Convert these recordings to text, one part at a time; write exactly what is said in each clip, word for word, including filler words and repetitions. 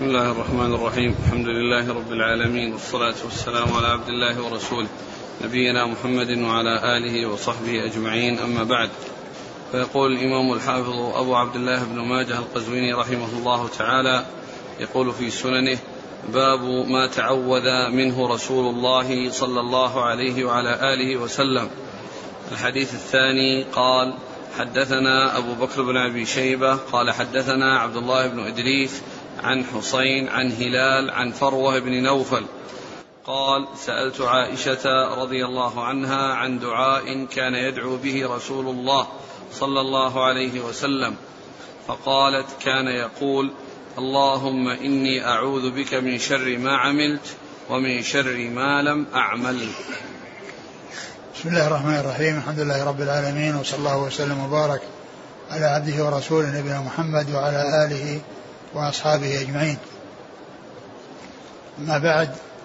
بسم الله الرحمن الرحيم. الحمد لله رب العالمين، والصلاة والسلام على عبد الله ورسوله نبينا محمد وعلى آله وصحبه أجمعين، أما بعد. فيقول الإمام الحافظ أبو عبد الله بن ماجه القزويني رحمه الله تعالى، يقول في سننه: باب ما تعوذ منه رسول الله صلى الله عليه وعلى آله وسلم. الحديث الثاني قال: حدثنا أبو بكر بن أبي شيبة قال حدثنا عبد الله بن إدريس عن حسين عن هلال عن فروة بن نوفل قال: سألت عائشة رضي الله عنها عن دعاء كان يدعو به رسول الله صلى الله عليه وسلم، فقالت: كان يقول: اللهم إني أعوذ بك من شر ما عملت ومن شر ما لم أعمل. بسم الله الرحمن الرحيم. الحمد لله رب العالمين، وصلى الله وسلم وبارك على عبده ورسوله نبينا محمد وعلى آله وأصحابه أجمعين. أما بعد،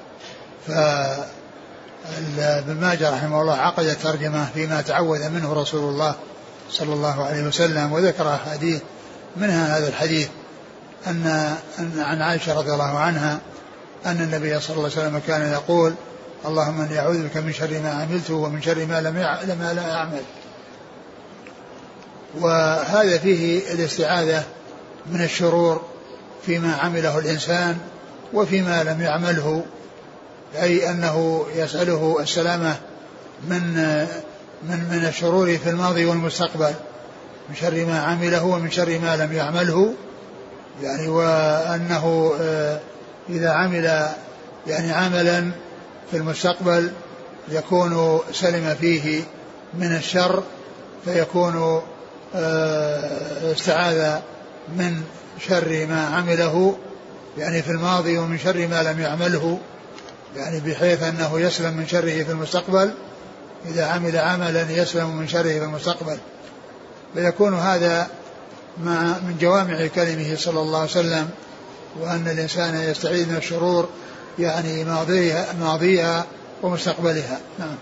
فابن ماجه رحمه الله عقد ترجمة فيما تعوذ منه رسول الله صلى الله عليه وسلم، وذكر أحاديث منها هذا الحديث أن عن عائشة رضي الله عنها أن النبي صلى الله عليه وسلم كان يقول: اللهم إني أعوذ بك من شر ما عملت ومن شر ما لم لا أعمل. وهذا فيه الاستعاذة من الشرور فيما عمله الإنسان وفيما لم يعمله، أي أنه يسأله السلامة من من من الشرور في الماضي والمستقبل، من شر ما عمله ومن شر ما لم يعمله، يعني وأنه إذا عمل يعني عملا في المستقبل يكون سلم فيه من الشر، فيكون استعاذ من شر ما عمله يعني في الماضي ومن شر ما لم يعمله، يعني بحيث أنه يسلم من شره في المستقبل إذا عمل عملا يسلم من شره في المستقبل. فيكون هذا من جوامع كلمه صلى الله عليه وسلم، وأن الإنسان يستعيذ من الشرور يعني ماضيها, ماضيها ومستقبلها. نعم.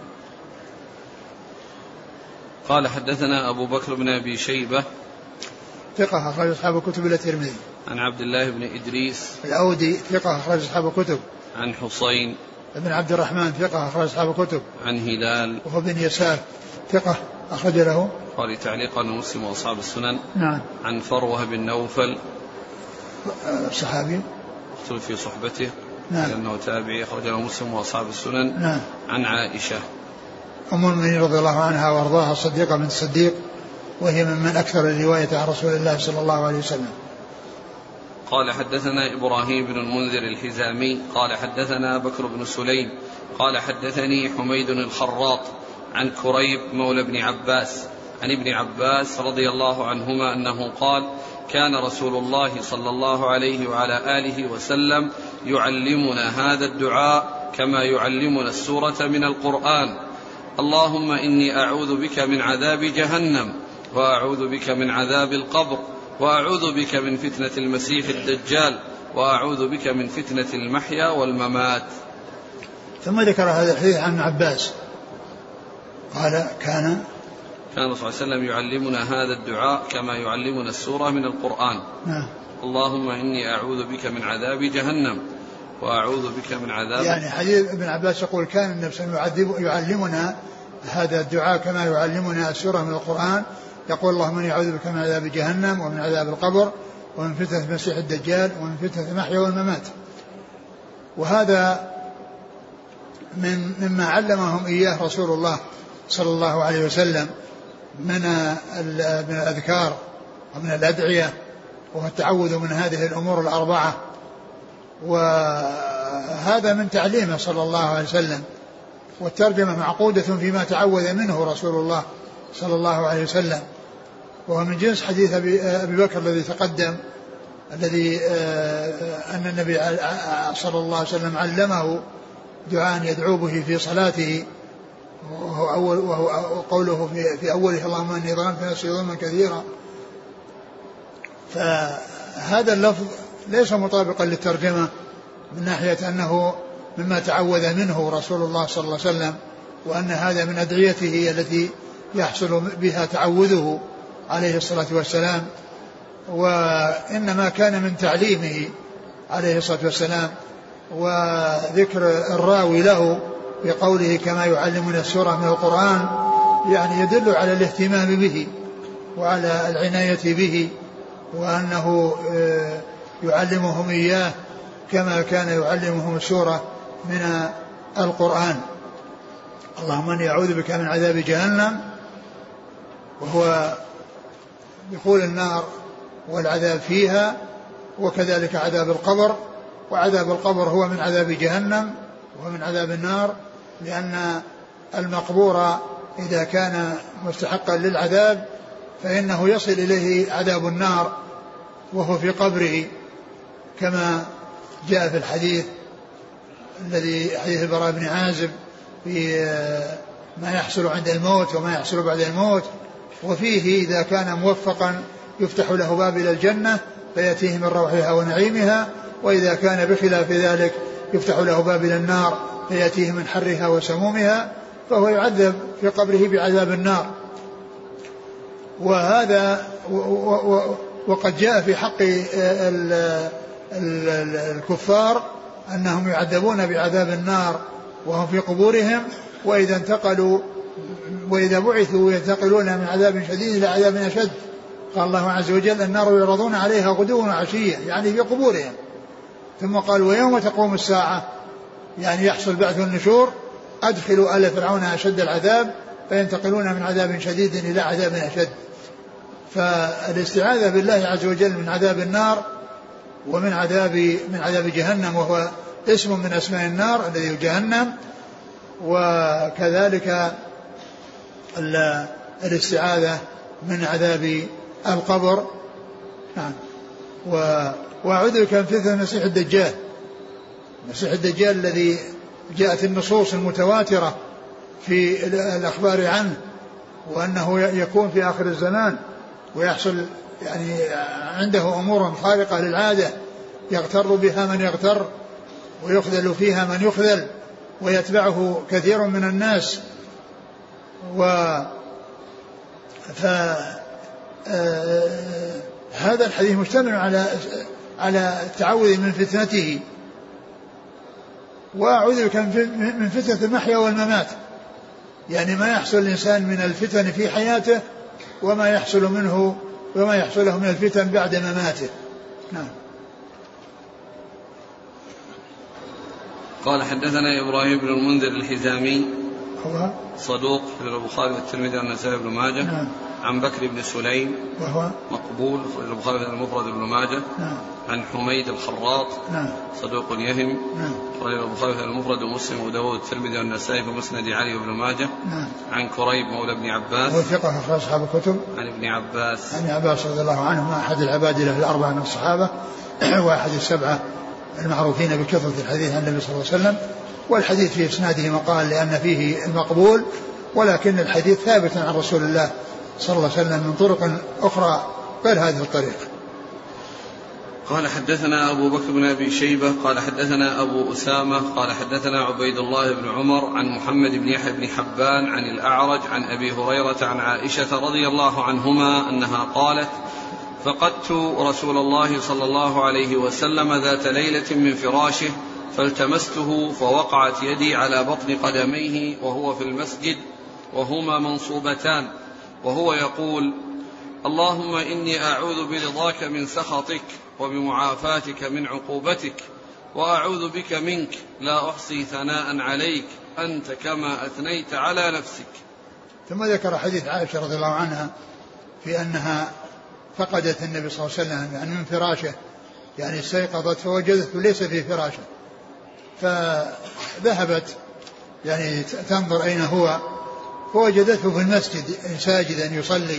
قال: حدثنا أبو بكر بن أبي شيبة ثقة أخرج أصحاب الكتب إلا الترمذي. عن عبد الله بن إدريس الأودي ثقة أخرج أصحاب الكتب. عن حسين بن عبد الرحمن ثقة أخرج أصحاب الكتب. عن هلال وهو بن يسار ثقة أخرج له قال تعليقا مسلم وأصحاب السنن. نعم. عن فروة بن نوفل الصحابي اختلف في صحبته، نعم، لأنه تابعي أخرج له مسلم وأصحاب السنن. نعم. عن عائشة أم المؤمنين رضي الله عنها وأرضاها الصديقة بنت الصديق، وهي من من أكثر الرواية عن رسول الله صلى الله عليه وسلم. قال: حدثنا إبراهيم بن المنذر الحزامي قال حدثنا بكر بن سليم قال حدثني حميد الخراط عن كريب مولى بن عباس عن ابن عباس رضي الله عنهما أنه قال: كان رسول الله صلى الله عليه وعلى آله وسلم يعلمنا هذا الدعاء كما يعلمنا السورة من القرآن: اللهم إني أعوذ بك من عذاب جهنم، وأعوذ بك من عذاب القبر، وأعوذ بك من فتنة المسيح الدجال، وأعوذ بك من فتنة المحيا والممات. ثم ذكر هذا الحديث عن عباس قال: كان كان الرسول صلى الله عليه وسلم يعلمنا هذا الدعاء كما يعلمنا السورة من القرآن: نعم. اللهم إني أعوذ بك من عذاب جهنم، وأعوذ بك من عذاب. يعني حديث ابن عباس يقول: كان النبي صلى الله عليه وسلم يعلمنا هذا الدعاء كما يعلمنا السورة من القرآن، يقول: اللهم إني أعوذ بك من عذاب جهنم ومن عذاب القبر ومن فتنة المسيح الدجال ومن فتنة المحيا والممات. وهذا من مما علمهم إياه رسول الله صلى الله عليه وسلم من من الأذكار ومن الأدعية، وهو التعوذ من هذه الأمور الأربعة. وهذا من تعليمه صلى الله عليه وسلم، والترجمة معقودة فيما تعوذ منه رسول الله صلى الله عليه وسلم، وهو من جنس حديث أبي بكر الذي تقدم، الذي أن النبي صلى الله عليه وسلم علمه دعاء يدعو به في صلاته، وهو, أول وهو قوله في, في أوله: اللهم إني ظلمت نفسي ظلما كثيرا. فهذا اللفظ ليس مطابقا للترجمة من ناحية أنه مما تعوذ منه رسول الله صلى الله عليه وسلم، وأن هذا من أدعيته التي يحصل بها تعوذه عليه الصلاة والسلام، وإنما كان من تعليمه عليه الصلاة والسلام، وذكر الراوي له بقوله كما يعلمنا السورة من القرآن يعني يدل على الاهتمام به وعلى العناية به، وأنه يعلمهم إياه كما كان يعلمهم السورة من القرآن. اللهم اني اعوذ بك من عذاب جهنم، وهو دخول النار والعذاب فيها، وكذلك عذاب القبر، وعذاب القبر هو من عذاب جهنم ومن عذاب النار، لأن المقبور إذا كان مستحقا للعذاب فإنه يصل إليه عذاب النار وهو في قبره، كما جاء في الحديث الذي حديث البراء بن عازب في ما يحصل عند الموت وما يحصل بعد الموت، وفيه إذا كان موفقا يفتح له باب إلى الجنة فيأتيه من روحها ونعيمها، وإذا كان بخلاف ذلك يفتح له باب إلى النار فيأتيه من حرها وسمومها، فهو يعذب في قبره بعذاب النار. وهذا وقد جاء في حق الكفار أنهم يعذبون بعذاب النار وهم في قبورهم، وإذا انتقلوا وإذا بعثوا ينتقلون من عذاب شديد إلى عذاب أشد. قال الله عز وجل النار يعرضون عليها غدوا وعشيا، يعني في قبورهم. ثم قال ويوم تقوم الساعة، يعني يحصل بعث النشور، أدخلوا آل فرعون أشد العذاب، فينتقلون من عذاب شديد إلى عذاب أشد. فالاستعاذة بالله عز وجل من عذاب النار ومن عذاب من عذاب جهنم، وهو اسم من أسماء النار الذي جهنم، وكذلك الاستعاذة من عذاب القبر. نعم. وأعوذ بك من فتنة المسيح الدجال، المسيح الدجال الذي جاءت النصوص المتواترة في الأخبار عنه، وأنه يكون في آخر الزمان ويحصل يعني عنده أمور خارقة للعادة يغتر بها من يغتر ويخذل فيها من يخذل ويتبعه كثير من الناس. و فهذا الحديث مشتمل على على التعوذ من فتنته. وأعوذ بك من فتنة المحيا والممات، يعني ما يحصل الإنسان من الفتن في حياته وما يحصل منه وما يحصل له من الفتن بعد مماته. نعم. قال حدثنا إبراهيم بن المنذر الحزامي هو صدوق في البخاري والترمذي والنسائي بن ماجه. نعم. عن بكر بن سليم وهو مقبول في البخاري المفرد بن ماجه. نعم. عن حميد الخراط نعم. صدوق يهم. نعم. في البخاري المفرد ومسلم وداود والترمذي والنسائي بمسند علي بن ماجه. نعم. عن كريب مولى ابن عباس وهو ثقة أخرج أصحاب الكتب. عن ابن عباس عن عباس رضي الله عنهما أحد العبادلة الأربعة من الصحابة واحد السبعة المعروفين بكثرة الحديث عن النبي صلى الله عليه وسلم. والحديث في إسناده مقال لأن فيه المقبول، ولكن الحديث ثابت عن رسول الله صلى الله عليه وسلم من طرق أخرى غير هذه الطريق. قال حدثنا أبو بكر بن أبي شيبة قال حدثنا أبو أسامة قال حدثنا عبيد الله بن عمر عن محمد بن يحيى بن حبان عن الأعرج عن أبي هريرة عن عائشة رضي الله عنهما أنها قالت فقدت رسول الله صلى الله عليه وسلم ذات ليلة من فراشه فالتمسته فوقعت يدي على بطن قدميه وهو في المسجد وهما منصوبتان وهو يقول اللهم إني أعوذ برضاك من سخطك وبمعافاتك من عقوبتك وأعوذ بك منك لا أحصي ثناء عليك أنت كما أثنيت على نفسك. ثم ذكر حديث عائشة رضي الله عنها في أنها فقدت النبي صلى الله عليه وسلم يعني من فراشه، يعني استيقظت فوجدته ليس في فراشه، فذهبت يعني تنظر أين هو فوجدته في المسجد ساجدا يصلي،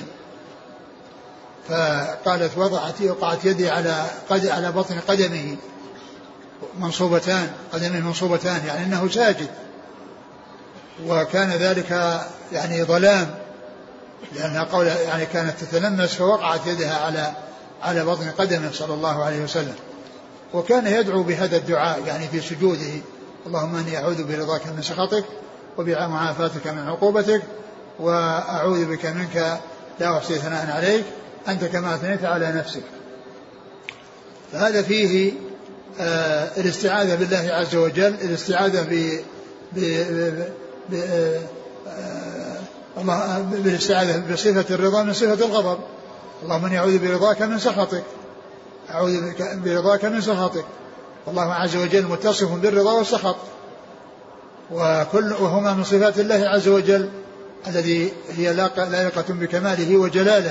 فقالت وضعت وقعت يدي على قد على بطن قدمه منصوبتان قدمه منصوبتان يعني أنه ساجد، وكان ذلك يعني ظلام لأنها قول يعني كانت تتلمس فوقعت يدها على على بطن قدمه صلى الله عليه وسلم. وكان يدعو بهذا الدعاء يعني في سجوده اللهم اني اعوذ برضاك من سخطك وبمعافاتك من عقوبتك واعوذ بك منك لا احصي ثناء عليك انت كما اثنيت على نفسك. فهذا فيه آه الاستعاذة بالله عز وجل، الاستعاذة ب ب ب آه الله بالاستعاذة بصفة الرضا من صفة الغضب. اللهم اني اعوذ برضاك من سخطك، اعوذ برضاك من سخطك. الله عز وجل متصف بالرضا والسخط، وكل وهما من صفات الله عز وجل الذي هي لائقة بكماله وجلاله.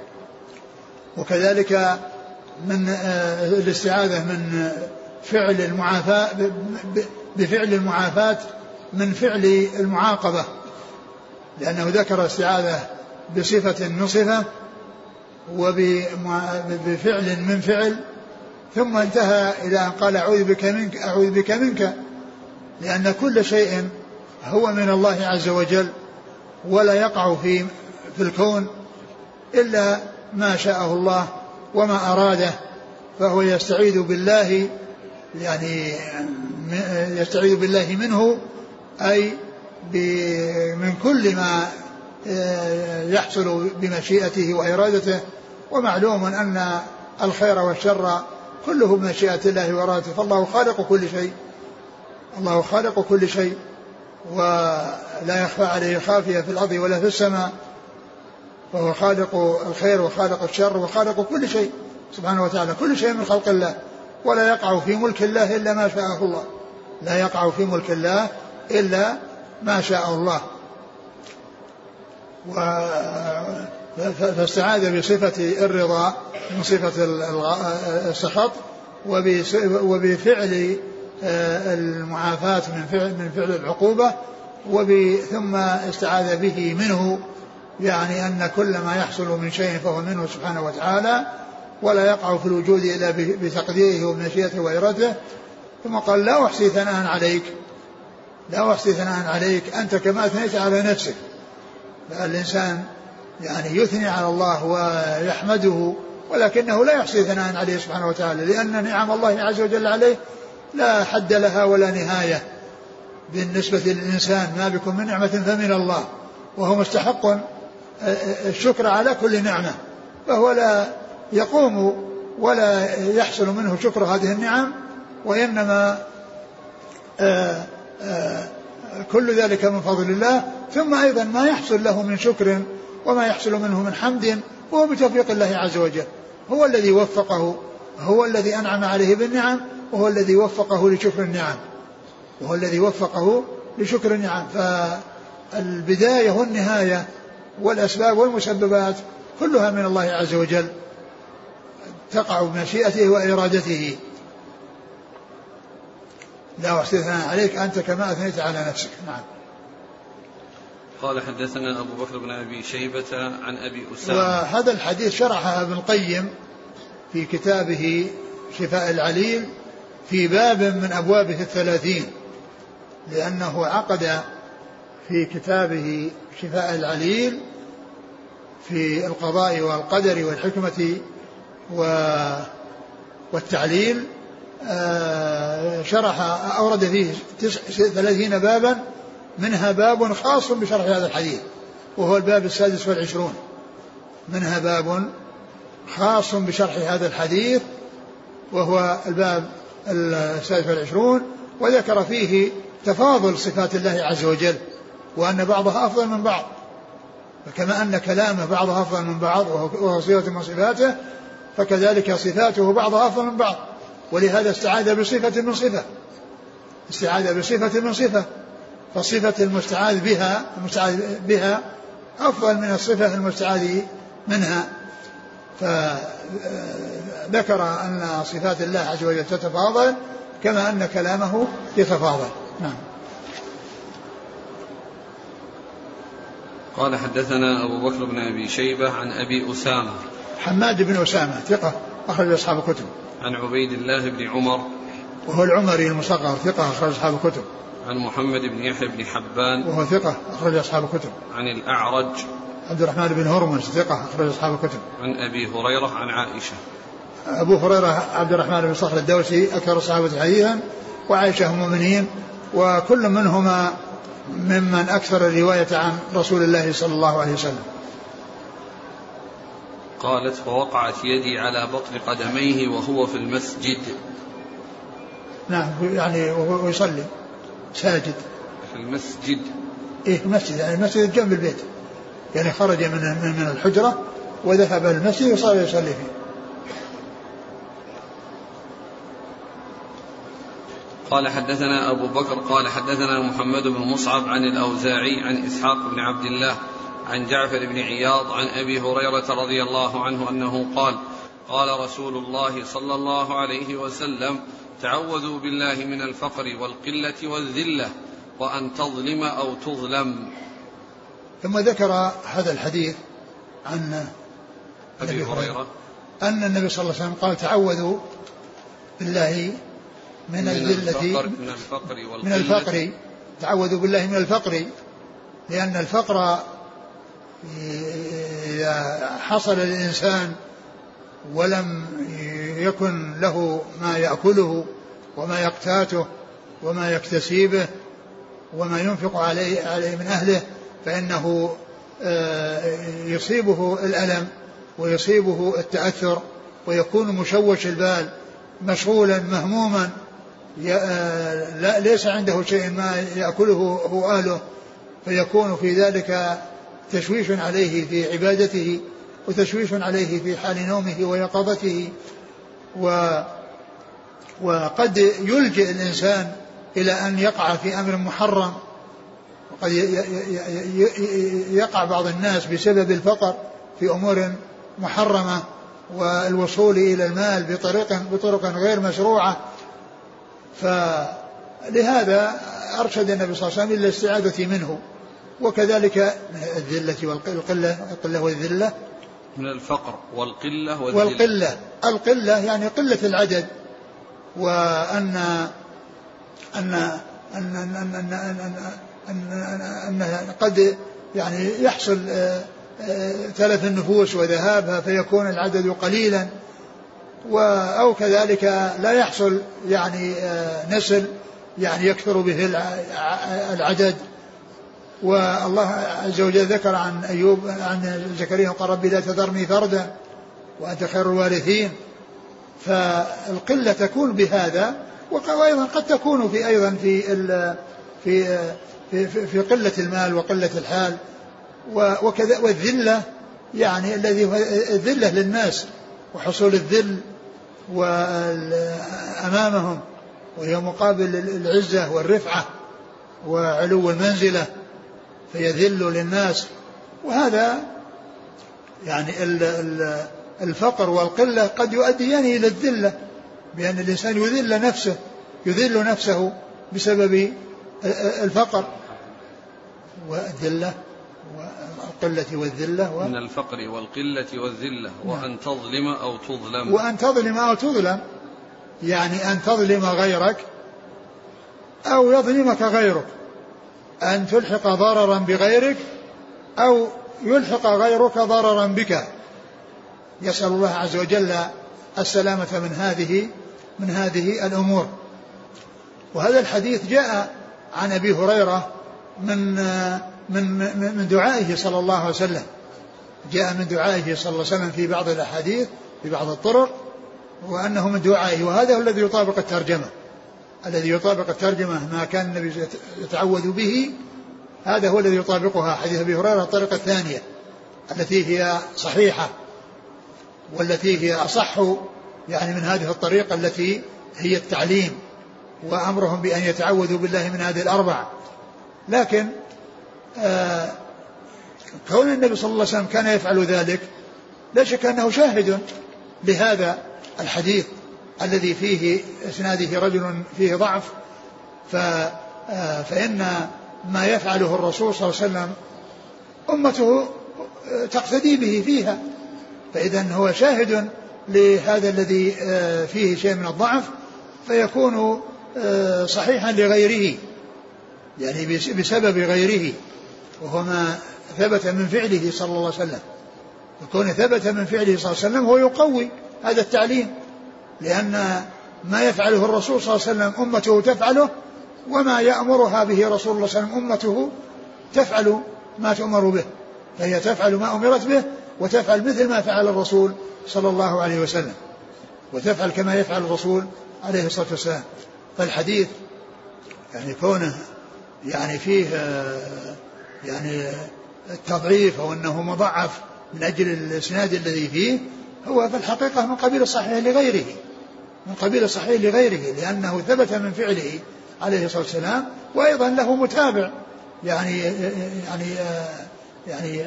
وكذلك من الاستعاذة من فعل المعافاة بفعل المعافاة من فعل المعاقبة، لأنه ذكر الاستعاذة بصفة من صفة وبفعل من فعل، ثم انتهى إلى أن قال أعوذ بك منك أعوذ بك منك، لأن كل شيء هو من الله عز وجل، ولا يقع في في الكون إلا ما شاءه الله وما أراده، فهو يستعيذ بالله، يعني يستعيذ بالله منه، أي من كل ما يحصل بمشيئته وإرادته. ومعلوم أن الخير والشر كله بمشيئة الله وإرادته، فالله خالق كل شيء، الله خالق كل شيء، ولا يخفى عليه خافية في الأرض ولا في السماء، فهو خالق الخير وخالق الشر وخالق كل شيء سبحانه وتعالى، كل شيء من خلق الله، ولا يقع في ملك الله إلا ما شاءه الله، لا يقع في ملك الله إلا ما شاء الله. فاستعاذ بصفة الرضا من صفة السخط، وبفعل المعافاة من فعل, من فعل العقوبة، ثم استعاذ به منه، يعني أن كل ما يحصل من شيء فهو منه سبحانه وتعالى، ولا يقع في الوجود إلا بتقديره ومشيئته وإرادته. ثم قال لا أحصي ثناء عليك، لا أحصي ثناء عليك أنت كما أثنيت على نفسك. الإنسان يعني يثني على الله ويحمده، ولكنه لا يحصي ثناء عليه سبحانه وتعالى، لأن نعم الله عز وجل عليه لا حد لها ولا نهاية بالنسبة للإنسان. ما بكم من نعمة فمن الله، وهو مستحق الشكر على كل نعمة، فهو لا يقوم ولا يحصل منه شكر هذه النعم، وإنما آآ آآ كل ذلك من فضل الله. ثم أيضا ما يحصل له من شكر وما يحصل منه من حمد هو بتوفيق الله عز وجل، هو الذي وفقه، هو الذي أنعم عليه بالنعم، وهو الذي وفقه لشكر النعم، وهو الذي وفقه لشكر النعم. فالبداية والنهاية والأسباب والمسببات كلها من الله عز وجل، تقع بمشيئته وإرادته. لا أحصي ثناء عليك أنت كما أثنيت على نفسك. نعم. قال حدثنا أبو بكر بن أبي شيبة عن أبي أسامة. وهذا الحديث شرحه ابن القيم في كتابه شفاء العليل في باب من أبوابه الثلاثين، لأنه عقد في كتابه شفاء العليل في القضاء والقدر والحكمة والتعليل، شرح أورد فيه ثلاثين بابا، منها باب خاص بشرح هذا الحديث وهو الباب السادس والعشرون، منها باب خاص بشرح هذا الحديث وهو الباب السادس والعشرون، وذكر فيه تفاضل صفات الله عز وجل، وأن بعضها أفضل من بعض، فكما أن كلامه بعضها أفضل من بعض وهو صفة من صفاته، فكذلك صفاته بعضها أفضل من بعض. ولهذا استعاذ بصفة من صفة، استعاذ بصفة من صفة، فالصفة المستعاذ بها المستعاذ بها أفضل من الصفة المستعاذ منها. فذكر أن صفات الله عز وجل تتفاضل كما أن كلامه يتفاضل. نعم. قال حدثنا أبو بكر بن أبي شيبة عن أبي أسامة حماد بن أسامة ثقة أخرج أصحاب الكتب. عن عبيد الله بن عمر وهو العمري المصغر ثقة أخرج أصحاب الكتب. عن محمد بن يحيى بن حبان وهو ثقة أخرج أصحاب الكتب. عن الأعرج عبد الرحمن بن هرمز ثقة أخرج أصحاب الكتب. عن أبي هريرة عن عائشة. أبو هريرة عبد الرحمن بن صخر الدوسي أكثر الصحابة حديثا، وعائشة هم المؤمنين، وكل منهما ممن أكثر الرواية عن رسول الله صلى الله عليه وسلم. قالت فوقعت يدي على بطن قدميه وهو في المسجد. نعم يعني وهو يصلي ساجد في المسجد. إيه المسجد يعني المسجد جنب البيت، يعني خرج من من الحجرة وذهب المسجد وصار يصلي فيه. قال حدثنا أبو بكر قال حدثنا محمد بن مصعب عن الأوزاعي عن إسحاق بن عبد الله عن جعفر بن عياض عن أبي هريرة رضي الله عنه أنه قال قال رسول الله صلى الله عليه وسلم تعوذوا بالله من الفقر والقلة والذلة وأن تظلم أو تظلم. ثم ذكر هذا الحديث عن أبي هريرة أن النبي صلى الله عليه وسلم قال تعوذوا بالله من, من الذلة من الفقر والقلة من الفقر تعوذوا بالله من الفقر، لأن الفقر إذا حصل للإنسان ولم يكن له ما يأكله وما يقتاته وما يكتسبه وما ينفق عليه, عليه من أهله فإنه يصيبه الألم ويصيبه التأثر ويكون مشوش البال مشغولا مهموما لا ليس عنده شيء ما يأكله هو أهله، فيكون في ذلك تشويش عليه في عبادته وتشويش عليه في حال نومه ويقظته، و وقد يلجئ الإنسان إلى أن يقع في أمر محرم، وقد يقع بعض الناس بسبب الفقر في أمور محرمة والوصول إلى المال بطريق بطرق غير مشروعة. فلهذا أرشد النبي صلى الله عليه وسلم إلى الاستعاذة منه، وكذلك الذلة والقلة القلة والذلة من الفقر والقلة والذلة والقلة القلة يعني قلة العدد، وأن أن أن أن أن أن أن أن قد يعني يحصل تلف النفوس وذهابها فيكون العدد قليلا، أو كذلك لا يحصل يعني نسل يعني يكثر به العدد. والله عز وجل ذكر عن أيوب عن زكريا قال ربي لا تذرني فردا وأنت خير الوارثين. فالقلة تكون بهذا، وأيضا قد تكون في أيضا في في في, في قلة المال وقلة الحال وكذا. والذلة يعني الذي هو الذلة للناس وحصول الذل وأمامهم، وهي مقابل العزة والرفعة وعلو المنزلة فيذل للناس. وهذا يعني الفقر والقلة قد يؤديان إلى الذلة، بأن الإنسان يذل نفسه يذل نفسه بسبب الفقر والذلة والقلة والذلة و... من الفقر والقلة والذلة وأن تظلم أو تظلم وأن تظلم أو تظلم يعني أن تظلم غيرك أو يظلمك غيرك، أن تلحق ضررا بغيرك أو يلحق غيرك ضررا بك. يسأل الله عز وجل السلامة من هذه من هذه الأمور. وهذا الحديث جاء عن أبي هريرة من من من دعائه صلى الله عليه وسلم، جاء من دعائه صلى الله عليه وسلم في بعض الأحاديث في بعض الطرق، وأنه من دعائه. وهذا هو الذي يطابق الترجمة الذي يطابق الترجمة ما كان النبي يتعوذ به، هذا هو الذي يطابقها حديث أبي هريرة الطريقة الثانية التي هي صحيحة والتي هي أصح يعني من هذه الطريقة التي هي التعليم وأمرهم بأن يتعوذوا بالله من هذه الأربع. لكن آه كون النبي صلى الله عليه وسلم كان يفعل ذلك لا شك أنه شاهد لهذا الحديث الذي فيه إسناده رجل فيه ضعف، فإن ما يفعله الرسول صلى الله عليه وسلم أمته تقتدي به فيها، فإذا هو شاهد لهذا الذي فيه شيء من الضعف فيكون صحيحا لغيره يعني بسبب غيره، وهو ما ثبت من فعله صلى الله عليه وسلم. يكون ثبت من فعله صلى الله عليه وسلم هو يقوي هذا التعليم، لأن ما يفعله الرسول صلى الله عليه وسلم أمته تفعله، وما يأمرها به رسول الله صلى الله عليه وسلم أمته تفعل ما تؤمر به، فهي تفعل ما أمرت به وتفعل مثل ما فعل الرسول صلى الله عليه وسلم، وتفعل كما يفعل الرسول عليه الصلاة والسلام. فالحديث يعني كونه يعني فيه يعني التضعيف أو أنه مضعف من أجل الإسناد الذي فيه، هو في الحقيقة من قبيل الصحيح لغيره، من قبيل الصحيح لغيره، لأنه ثبت من فعله عليه الصلاة والسلام، وأيضا له متابع يعني يعني يعني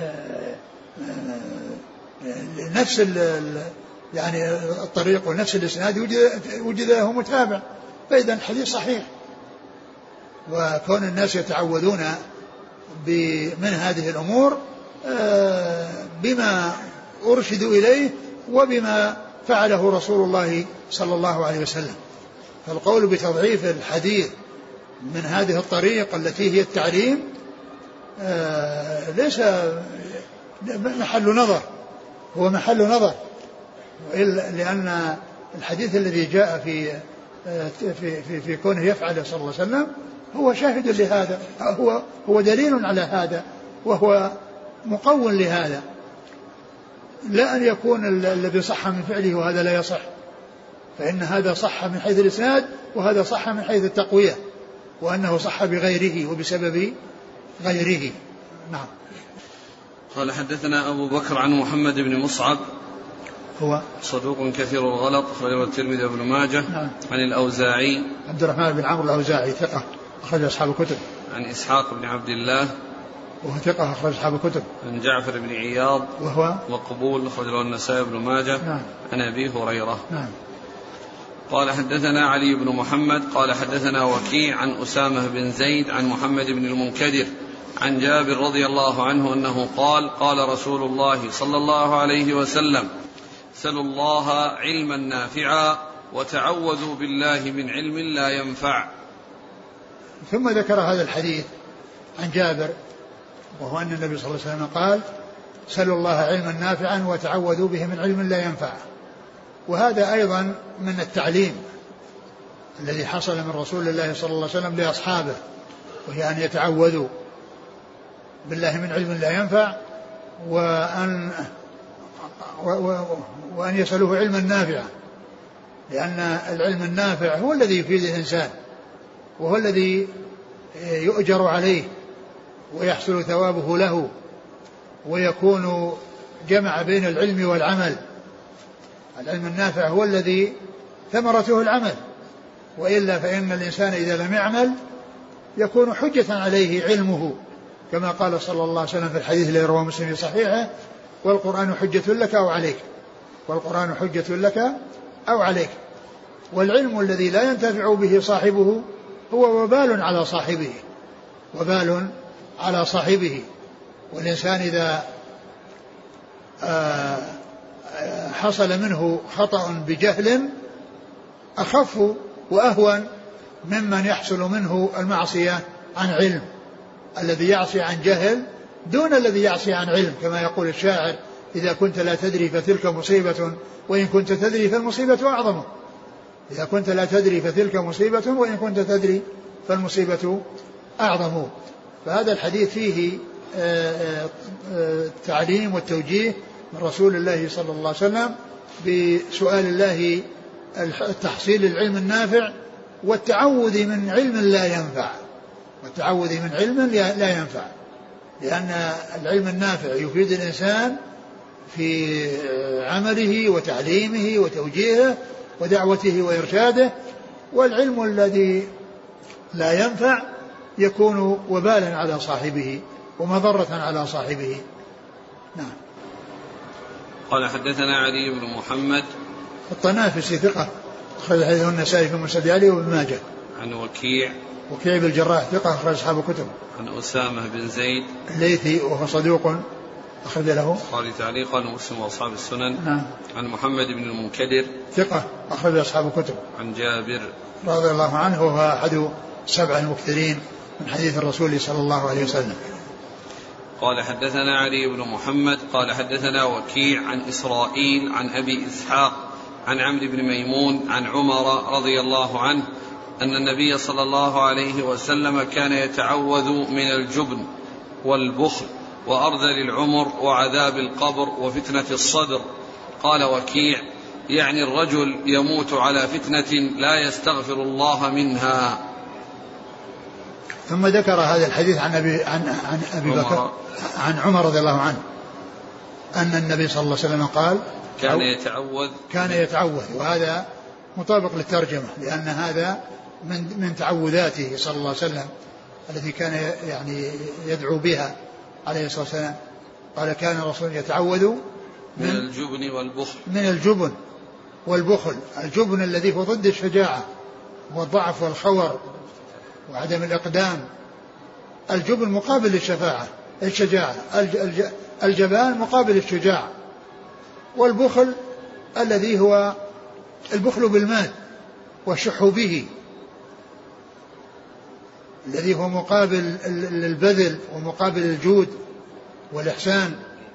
نفس يعني الطريق ونفس الإسناد وجد له متابع، فإذا الحديث صحيح. وكون الناس يتعوذون من هذه الأمور بما أرشدوا إليه وبما فعله رسول الله صلى الله عليه وسلم. فالقول بتضعيف الحديث من هذه الطريقة التي هي التعليم ليس محل نظر، هو محل نظر، لأن الحديث الذي جاء في في في, في كونه يفعل صلى الله عليه وسلم هو شاهد لهذا، هو هو دليل على هذا، وهو مقوّن لهذا، لا أن يكون الذي صح من فعله وهذا لا يصح، فإن هذا صح من حيث الإسناد وهذا صح من حيث التقوية، وأنه صح بغيره وبسبب غيره. نعم. قال حدثنا أبو بكر عن محمد بن مصعب هو صدوق كثير الغلط، أخرجه الترمذي وابن ماجه. نعم. عن الأوزاعي عبد الرحمن بن عمرو الأوزاعي ثقة أخرج أصحاب الكتب. عن إسحاق بن عبد الله وهو ثقة أخرج أصحاب الكتب. عن جعفر بن عياض وهو وقبول، أخرجه النسائي وابن ماجه. نعم. عن أبي هريرة. نعم. قال حدثنا علي بن محمد قال حدثنا وكيع عن أسامة بن زيد عن محمد بن المنكدر عن جابر رضي الله عنه أنه قال قال رسول الله صلى الله عليه وسلم سلوا الله علما نافعا وتعوذوا بالله من علم لا ينفع. ثم ذكر هذا الحديث عن جابر، وهو أن النبي صلى الله عليه وسلم قال سلوا الله علما نافعا وتعوذوا به من علم لا ينفع. وهذا أيضا من التعليم الذي حصل من رسول الله صلى الله عليه وسلم لأصحابه، وهي أن يتعوذوا بالله من علم لا ينفع، وأن وأن يسألوه علما نافعا، لأن العلم النافع هو الذي يفيد الإنسان، وهو الذي يؤجر عليه ويحصل ثوابه له، ويكون جمع بين العلم والعمل. العلم النافع هو الذي ثمرته العمل، وإلا فإن الإنسان إذا لم يعمل يكون حجة عليه علمه، كما قال صلى الله عليه وسلم في الحديث الذي رواه مسلم في صحيحه والقرآن حجة لك أو عليك، والقرآن حجة لك أو عليك. والعلم الذي لا ينتفع به صاحبه هو وبال على صاحبه، وبال على صاحبه. والإنسان إذا حصل منه خطأ بجهل أخف وأهون ممن يحصل منه المعصية عن علم، الذي يعصي عن جهل دون الذي يعصي عن علم، كما يقول الشاعر إذا كنت لا تدري فتلك مصيبة وإن كنت تدري فالمصيبة أعظم. إذا كنت لا تدري فتلك مصيبة وإن كنت تدري فالمصيبة أعظم. فهذا الحديث فيه التعليم والتوجيه من رسول الله صلى الله عليه وسلم بسؤال الله التحصيل العلم النافع والتعوذ من علم لا ينفع، والتعوذ من علم لا ينفع، لأن العلم النافع يفيد الإنسان في عمله وتعليمه وتوجيهه ودعوته وإرشاده، والعلم الذي لا ينفع يكون وبالا على صاحبه ومضرة على صاحبه. نعم. قال حدثنا علي بن محمد الطنافسي ثقة أخرج حديثه النسائي في مسند علي وابن ماجه. عن وكيع وكيع بن الجراح ثقة أخرج أصحاب الكتب. عن أسامة بن زيد الليثي وهو صدوق أخرج له البخاري تعليقا ومسلم وأصحاب السنن. نعم. عن محمد بن المنكدر ثقة أخرج أصحاب الكتب. عن جابر رضي الله عنه وهو أحد سبع المكثرين من حديث الرسول صلى الله عليه وسلم. قال حدثنا علي بن محمد قال حدثنا وكيع عن إسرائيل عن أبي إسحاق عن عمرو بن ميمون عن عمر رضي الله عنه أن النبي صلى الله عليه وسلم كان يتعوذ من الجبن والبخل وأرذل العمر وعذاب القبر وفتنة الصدر. قال وكيع يعني الرجل يموت على فتنة لا يستغفر الله منها. ثم ذكر هذا الحديث عن أبي, عن عن أبي بكر عن عمر رضي الله عنه أن النبي صلى الله عليه وسلم قال كان يتعوذ كان يتعوذ وهذا مطابق للترجمة لأن هذا من من تعوذاته صلى الله عليه وسلم التي كان يعني يدعو بها عليه الصلاة والسلام. قال كان الرسول يتعوذ من, من الجبن والبخل من الجبن والبخل. الجبن الذي هو ضد الشجاعة والضعف والخور وعدم الإقدام. الجبن مقابل للشفاعة الشجاعة. الجبان مقابل الشجاع. والبخل الذي هو البخل بالمال والشح به الذي هو مقابل البذل ومقابل الجود والإحسان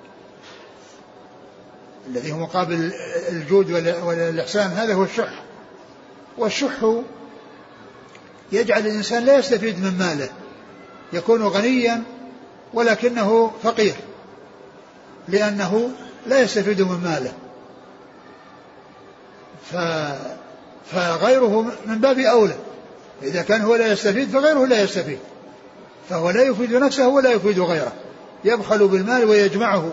الذي هو مقابل الجود والإحسان. هذا هو الشح. والشح يجعل الإنسان لا يستفيد من ماله يكون غنيا ولكنه فقير لأنه لا يستفيد من ماله. فغيره من باب أولى. إذا كان هو لا يستفيد فغيره لا يستفيد فهو لا يفيد نفسه ولا يفيد غيره. يبخل بالمال ويجمعه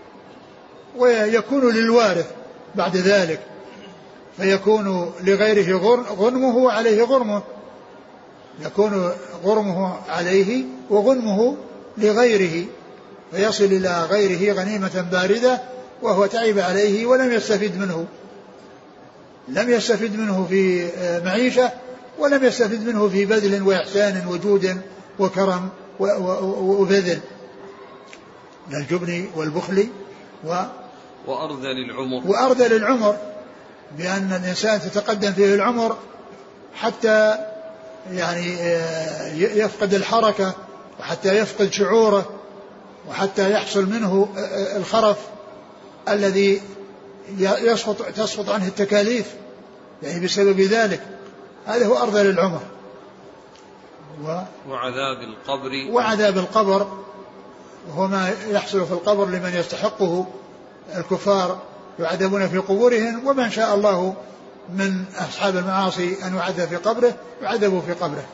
ويكون للوارث بعد ذلك فيكون لغيره غنمه وعليه غرمه. يكون غرمه عليه وغنمه لغيره فيصل إلى غيره غنيمة باردة وهو تعب عليه ولم يستفيد منه لم يستفيد منه في معيشة ولم يستفيد منه في بذل وإحسان وجود وكرم وبذل من الجبن والبخل و وأرذل العمر وأرذل العمر بأن الإنسان تتقدم فيه العمر حتى يعني يفقد الحركة وحتى يفقد شعوره وحتى يحصل منه الخرف الذي يسقط تسقط عنه التكاليف يعني بسبب ذلك. هذا هو أرذل العمر. و وعذاب القبر وعذاب القبر وهو ما يحصل في القبر لمن يستحقه. الكفار يعذبون في قبورهم ومن شاء الله من أصحاب المعاصي أن يعذب في قبره يعذبوا في قبره.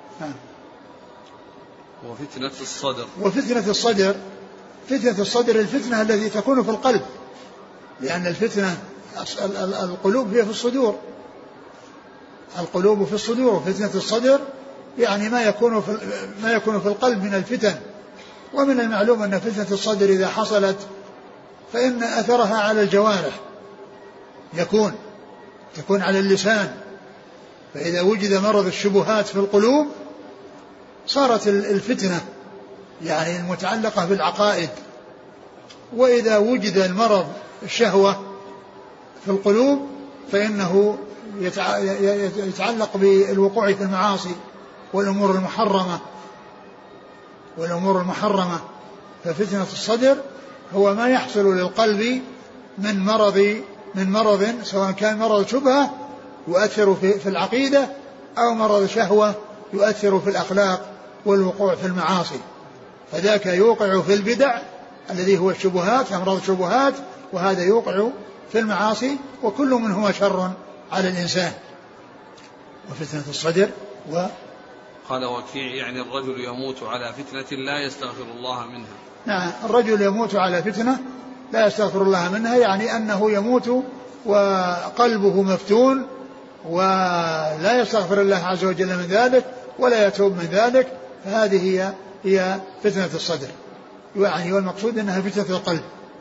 وفتنة الصدر وفتنة الصدر فتنة الصدر الفتنة التي تكون في القلب لأن الفتنة القلوب هي في الصدور. القلوب في الصدور. فتنة الصدر يعني ما يكون في ما يكون في القلب من الفتن. ومن المعلوم أن فتنة الصدر إذا حصلت فإن أثرها على الجوارح يكون تكون على اللسان. فإذا وجد مرض الشبهات في القلوب صارت الفتنة يعني المتعلقة بالعقائد. وإذا وجد المرض الشهوة في القلوب فإنه يتعلق بالوقوع في المعاصي والأمور المحرمة والأمور المحرمة. ففتنة الصدر هو ما يحصل للقلب من مرض من مرض سواء كان مرض شبهة يؤثر في العقيدة أو مرض شهوة يؤثر في الأخلاق والوقوع في المعاصي. فذاك يوقع في البدع الذي هو الشبهات أمراض الشبهات وهذا يوقع في المعاصي وكل منهما شر على الإنسان. وفتنة الصدر و قال وكيع يعني الرجل يموت على فتنة لا يستغفر الله منها. نعم الرجل يموت على فتنة لا يستغفر الله منها يعني أنه يموت وقلبه مفتون ولا يستغفر الله عز وجل من ذلك ولا يتوب من ذلك. فهذه هي هي فتنة الصدر يعني والمقصود أنها فتنة القلب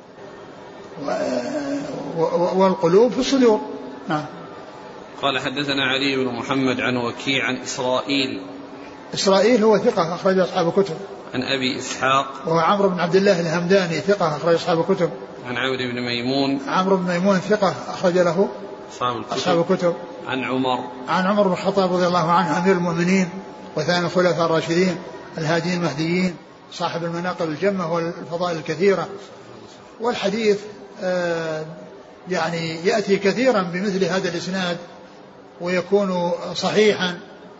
والقلوب في الصدور. نعم. قال حدثنا علي بن محمد عن وكيع عن إسرائيل. إسرائيل هو ثقة أخرج أصحاب الكتب. عن أبي إسحاق وهو عمرو بن عبد الله الهمداني ثقة أخرج أصحاب الكتب. عن عمرو بن ميمون عمرو بن ميمون ثقة أخرج له أصحاب الكتب. أصحاب الكتب. عن عمر عن عمر بن الخطاب رضي الله عنه أمير المؤمنين وثاني الخلفاء الراشدين الهاديين المهديين صاحب المناقب الجمة والفضائل الكثيرة. والحديث آه يعني يأتي كثيرا بمثل هذا الإسناد ويكون صحيحا.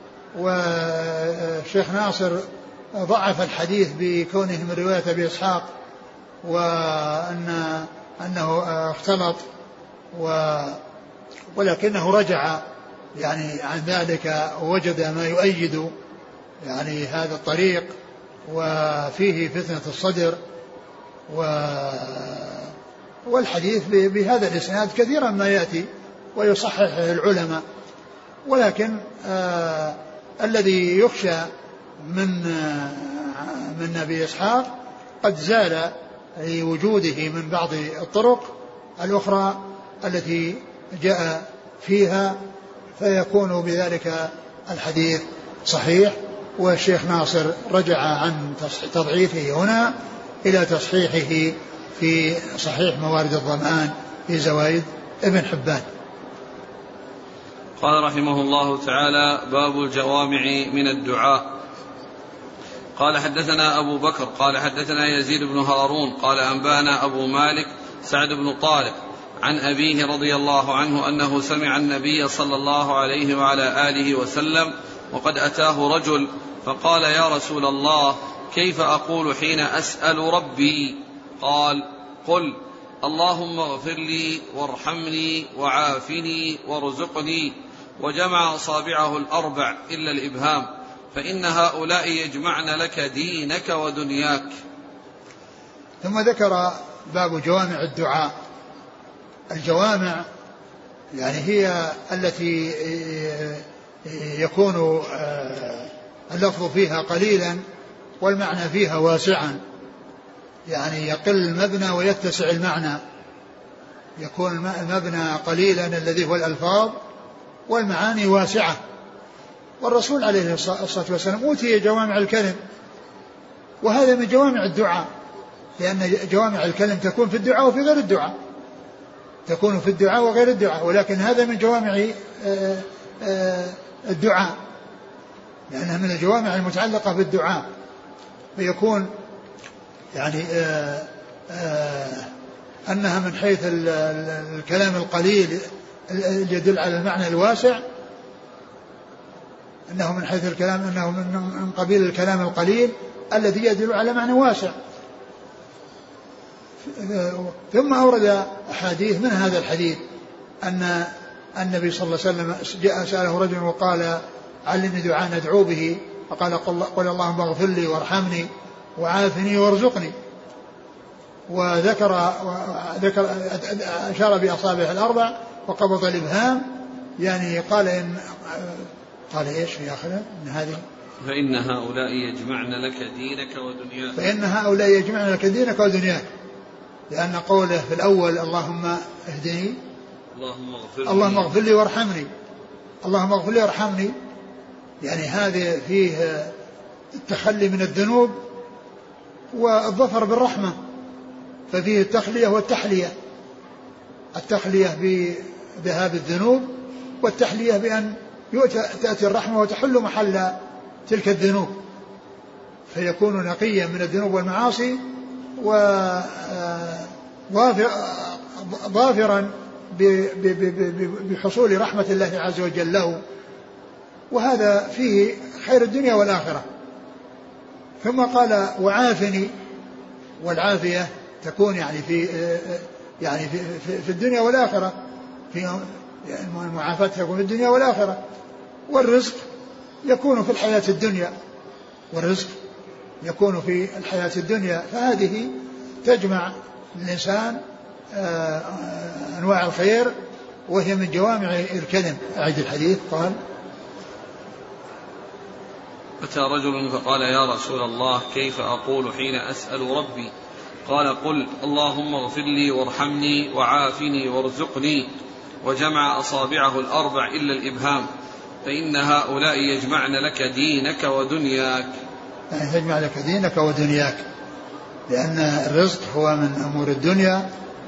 والشيخ ناصر ضعف الحديث بكونه من رواية أبي إسحاق وأن أنه اختلط و ولكنه رجع يعني عن ذلك ووجد ما يؤيد يعني هذا الطريق وفيه فتنة الصدر و والحديث بهذا الإسناد كثيرا ما يأتي ويصححه العلماء، ولكن آه الذي يخشى من آه من أبي إسحاق قد زال لوجوده من بعض الطرق الأخرى التي جاء فيها، فيكون بذلك الحديث صحيح. والشيخ ناصر رجع عن تضعيفه هنا إلى تصحيحه في صحيح موارد الظمآن في زوائد ابن حبان. قال رحمه الله تعالى: باب الجوامع من الدعاء. قال حدثنا أبو بكر قال حدثنا يزيد بن هارون قال أنبانا أبو مالك سعد بن طارق عن أبيه رضي الله عنه أنه سمع النبي صلى الله عليه وعلى آله وسلم وقد أتاه رجل فقال: يا رسول الله، كيف أقول حين أسأل ربي؟ قال: قل اللهم اغفر لي وارحمني وعافني وارزقني، وجمع أصابعه الأربع إلا الإبهام، فإن هؤلاء يجمعن لك دينك ودنياك. ثم ذكر باب جوامع الدعاء. الجوامع يعني هي التي يكون اللفظ فيها قليلا والمعنى فيها واسعا، يعني يقل المبنى ويتسع المعنى، يكون المبنى قليلا الذي هو الألفاظ والمعاني واسعة. والرسول عليه الصلاة والسلام أوتي جوامع الكلم، وهذا من جوامع الدعاء، لأن جوامع الكلم تكون في الدعاء وفي غير الدعاء، تكون في الدعاء وغير الدعاء، ولكن هذا من جوامع الدعاء لأنها من الجوامع المتعلقة بالدعاء، فيكون يعني آآ آآ أنها من حيث الكلام القليل يدل على المعنى الواسع، أنه من حيث الكلام أنه من قبيل الكلام القليل الذي يدل على معنى واسع. ثم أورد أحاديث من هذا الحديث أن النبي صلى الله عليه وسلم جاء سأله رجل وقال: علمني دعاء ندعو به، فقال: قل اللهم اغفر لي وارحمني وعافني وارزقني. وذكر ذكر أشار بأصابعه الأربع وقبض الإبهام، يعني قال إن قال إيش في آخره من هذه؟ فإن هؤلاء يجمعن لك دينك ودنياك. فإن هؤلاء يجمعن لك دينك ودنياك، لأن قوله في الأول: اللهم اهدني، اللهم اغفر لي اللهم اغفر لي وارحمني، اللهم اغفر لي وارحمني، يعني هذا فيه التخلي من الذنوب والظفر بالرحمة، ففيه التخلية والتحلية، التخلية بذهاب الذنوب والتحلية بأن تأتي الرحمة وتحل محل تلك الذنوب، فيكون نقيا من الذنوب والمعاصي وظافرا بحصول رحمة الله عز وجل له، وهذا فيه خير الدنيا والآخرة. ثم قال: وعافني، والعافية تكون يعني في يعني في, في الدنيا والآخرة، في المعافاة تكون في الدنيا والآخرة. والرزق يكون في الحياة الدنيا، والرزق يكون في الحياة الدنيا، فهذه تجمع الإنسان أنواع الخير، وهي من جوامع الكلم. أعيد الحديث. قال: أتى رجل فقال: يا رسول الله، كيف أقول حين أسأل ربي؟ قال: قل اللهم اغفر لي وارحمني وعافني وارزقني، وجمع أصابعه الأربع إلا الإبهام، فإن هؤلاء يجمعن لك دينك ودنياك. يعني يجمع لك دينك ودنياك، لأن الرزق هو من أمور الدنيا،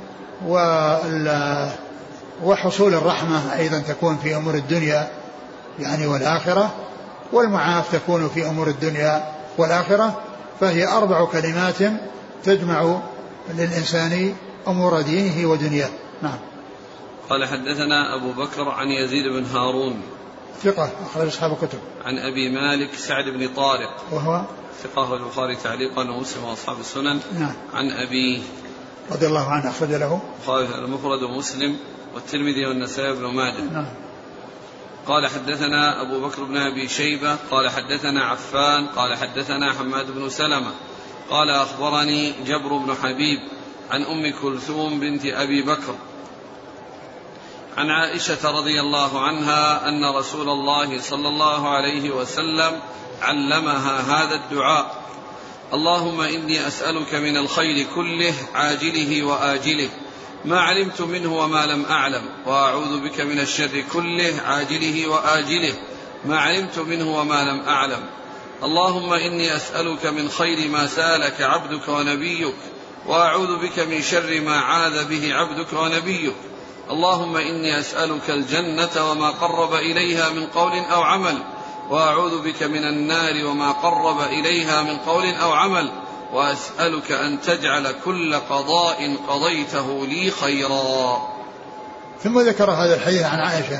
وحصول الرحمة أيضا تكون في أمور الدنيا يعني والآخرة، والمعاف تكون في أمور الدنيا والآخرة، فهي أربع كلمات تجمع للإنسان أمور دينه ودنياه. نعم. قال: حدثنا أبو بكر عن يزيد بن هارون ثقة أخرج أصحاب الكتب. عن أبي مالك سعد بن طارق وهو ثقة البخاري تعليقا ومسلم وأصحاب السنن. نعم. عن أبيه رضي الله عنه أخرج له البخاري المفرد ومسلم والترمذي والنسائي بن ماجه. نعم. قال حدثنا أبو بكر بن أبي شيبة قال حدثنا عفان قال حدثنا حماد بن سلمة قال أخبرني جبر بن حبيب عن أم كلثوم بنت أبي بكر عن عائشة رضي الله عنها أن رسول الله صلى الله عليه وسلم علمها هذا الدعاء: اللهم إني أسألك من الخير كله عاجله وآجله ما علمت منه وما لم أعلم، وأعوذ بك من الشر كله عاجله وآجله ما علمت منه وما لم أعلم. اللهم إني أسألك من خير ما سألك عبدك ونبيك، وأعوذ بك من شر ما عاذ به عبدك ونبيك. اللهم إني أسألك الجنة وما قرب إليها من قول أو عمل، وأعوذ بك من النار وما قرب إليها من قول أو عمل، وأسألك أن تجعل كل قضاء قضيته لي خيرا. ثم ذكر هذا الحديث عن عائشة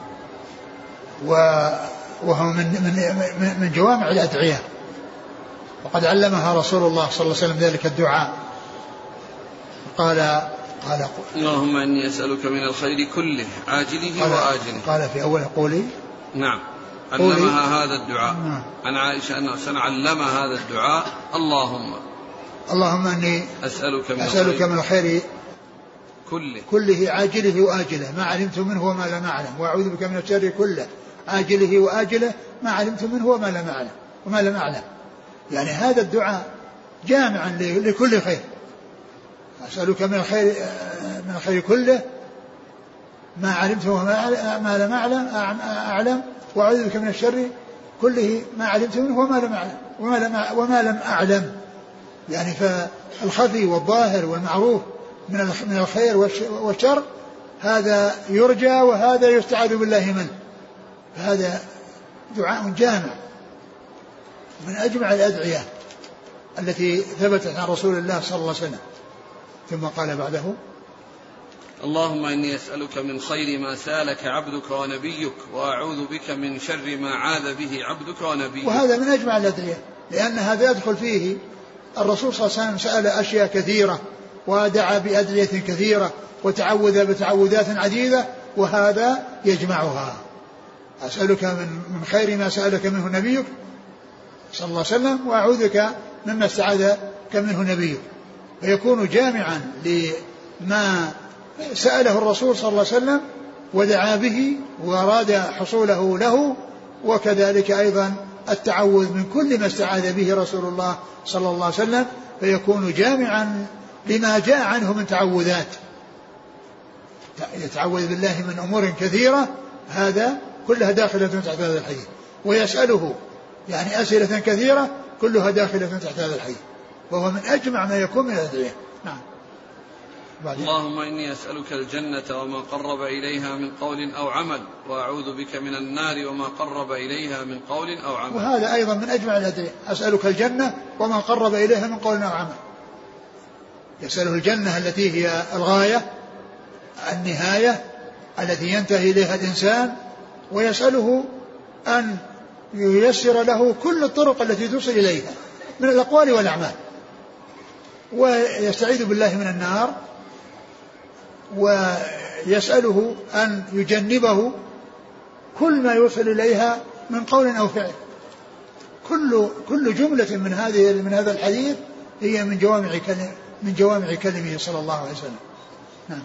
وهو من, من, من جوامع الأدعية، وقد علمها رسول الله صلى الله عليه وسلم ذلك الدعاء. قال قال اللهم إني أسألك من الخير كله عاجله وآجله. قال في أول قولي نعم علمها هذا الدعاء. نعم. عن عائشة أنه علم هذا الدعاء: اللهم اللهم إني أسألك من, أسألك من الخير كله كله عاجله وآجله ما علمت منه وما لم أعلم، وأعوذ بك من الشر كله عاجله وآجله ما علمت منه وما لم أعلم وما لم أعلم. يعني هذا الدعاء جامعا لكل خير. أسألك من الخير من الخير كله ما علمته وما لم أعلم أعلم وأعوذ بك من الشر كله ما علمت منه وما لم أعلم وما لم وما لم أعلم. يعني فالخفي والظاهر والمعروف من من الخير والشر هذا يرجى وهذا يستعاذ بالله منه. فهذا دعاء جامع من أجمع الأدعية التي ثبتت عن رسول الله صلى الله عليه وسلم. ثم قال بعده: اللهم إني أسألك من خير ما سألك عبدك ونبيك، وأعوذ بك من شر ما عاذ به عبدك ونبيك. وهذا من أجمع الأدعية، لأن هذا يدخل فيه الرسول صلى الله عليه وسلم سأل أشياء كثيرة ودعا بأدعية كثيرة وتعوذ بتعوذات عديدة، وهذا يجمعها. أسألك من خير ما سألك منه نبيك صلى الله عليه وسلم، وأعوذ بك مما استعاذك منه نبيك، فيكون جامعا لما سأله الرسول صلى الله عليه وسلم ودعا به وأراد حصوله له، وكذلك أيضا التعوذ من كل ما استعاذ به رسول الله صلى الله عليه وسلم، فيكون جامعا لما جاء عنه من تعوذات. يتعوذ بالله من أمور كثيرة، هذا كلها داخلة تحت هذا الحديث. ويسأله يعني أسئلة كثيرة كلها داخلة تحت هذا الحديث، وهو من أجمع ما يكون من الأدعية. نعم. اللهم إني أسألك الجنة وما قرب إليها من قول أو عمل، وأعوذ بك من النار وما قرب إليها من قول أو عمل. وهذا أيضا من أجمع الأدعية: أسألك الجنة وما قرب إليها من قول أو عمل. يسأله الجنة التي هي الغاية النهاية التي ينتهي إليها الإنسان، ويسأله أن ييسر له كل الطرق التي توصل إليها من الأقوال والأعمال، ويستعيذ بالله من النار، ويسأله أن يجنبه كل ما يوصل إليها من قول أو فعل. كل كل جملة من هذه من هذا الحديث هي من جوامع كلمه من جوامع كلمه صلى الله عليه وسلم. نعم.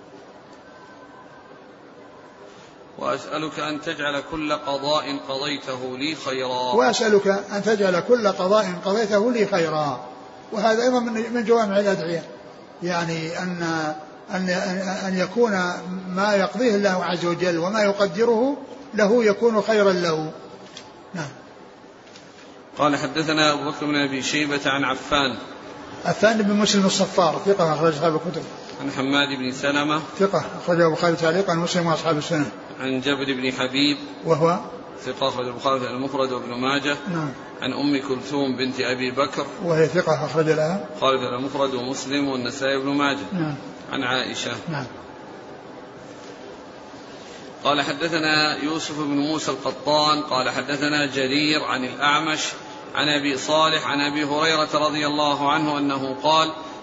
وأسألك أن تجعل كل قضاء قضيته لي خيرا. وأسألك أن تجعل كل قضاء قضيته لي خيرا. وهذا أيضا من جوامع الأدعية، يعني أن أن أن يكون ما يقضيه الله عز وجل وما يقدره له يكون خيرا له. نعم. قال حدثنا أبو بكر بن أبي شيبة عن عفان عفان بن مسلم الصفار ثقة أخرج أصحاب الكتب. عن حماد بن سلمة ثقة أخرجه البخاري تعليقا ومسلم وأصحاب السنن. عن جبر بن حبيب وهو ثقة أخرج البخاري المفرد وابن ماجه. نعم. عن أم كلثوم بنت أبي بكر وهي ثقة أخرج لها البخاري المفرد ومسلم والنسائي وابن ماجه. نعم. عن عائشة. نعم. قال حدثنا يوسف بن موسى القطان قال حدثنا جرير عن الأعمش عن أبي صالح عن أبي هريرة رضي الله عنه أنه قال: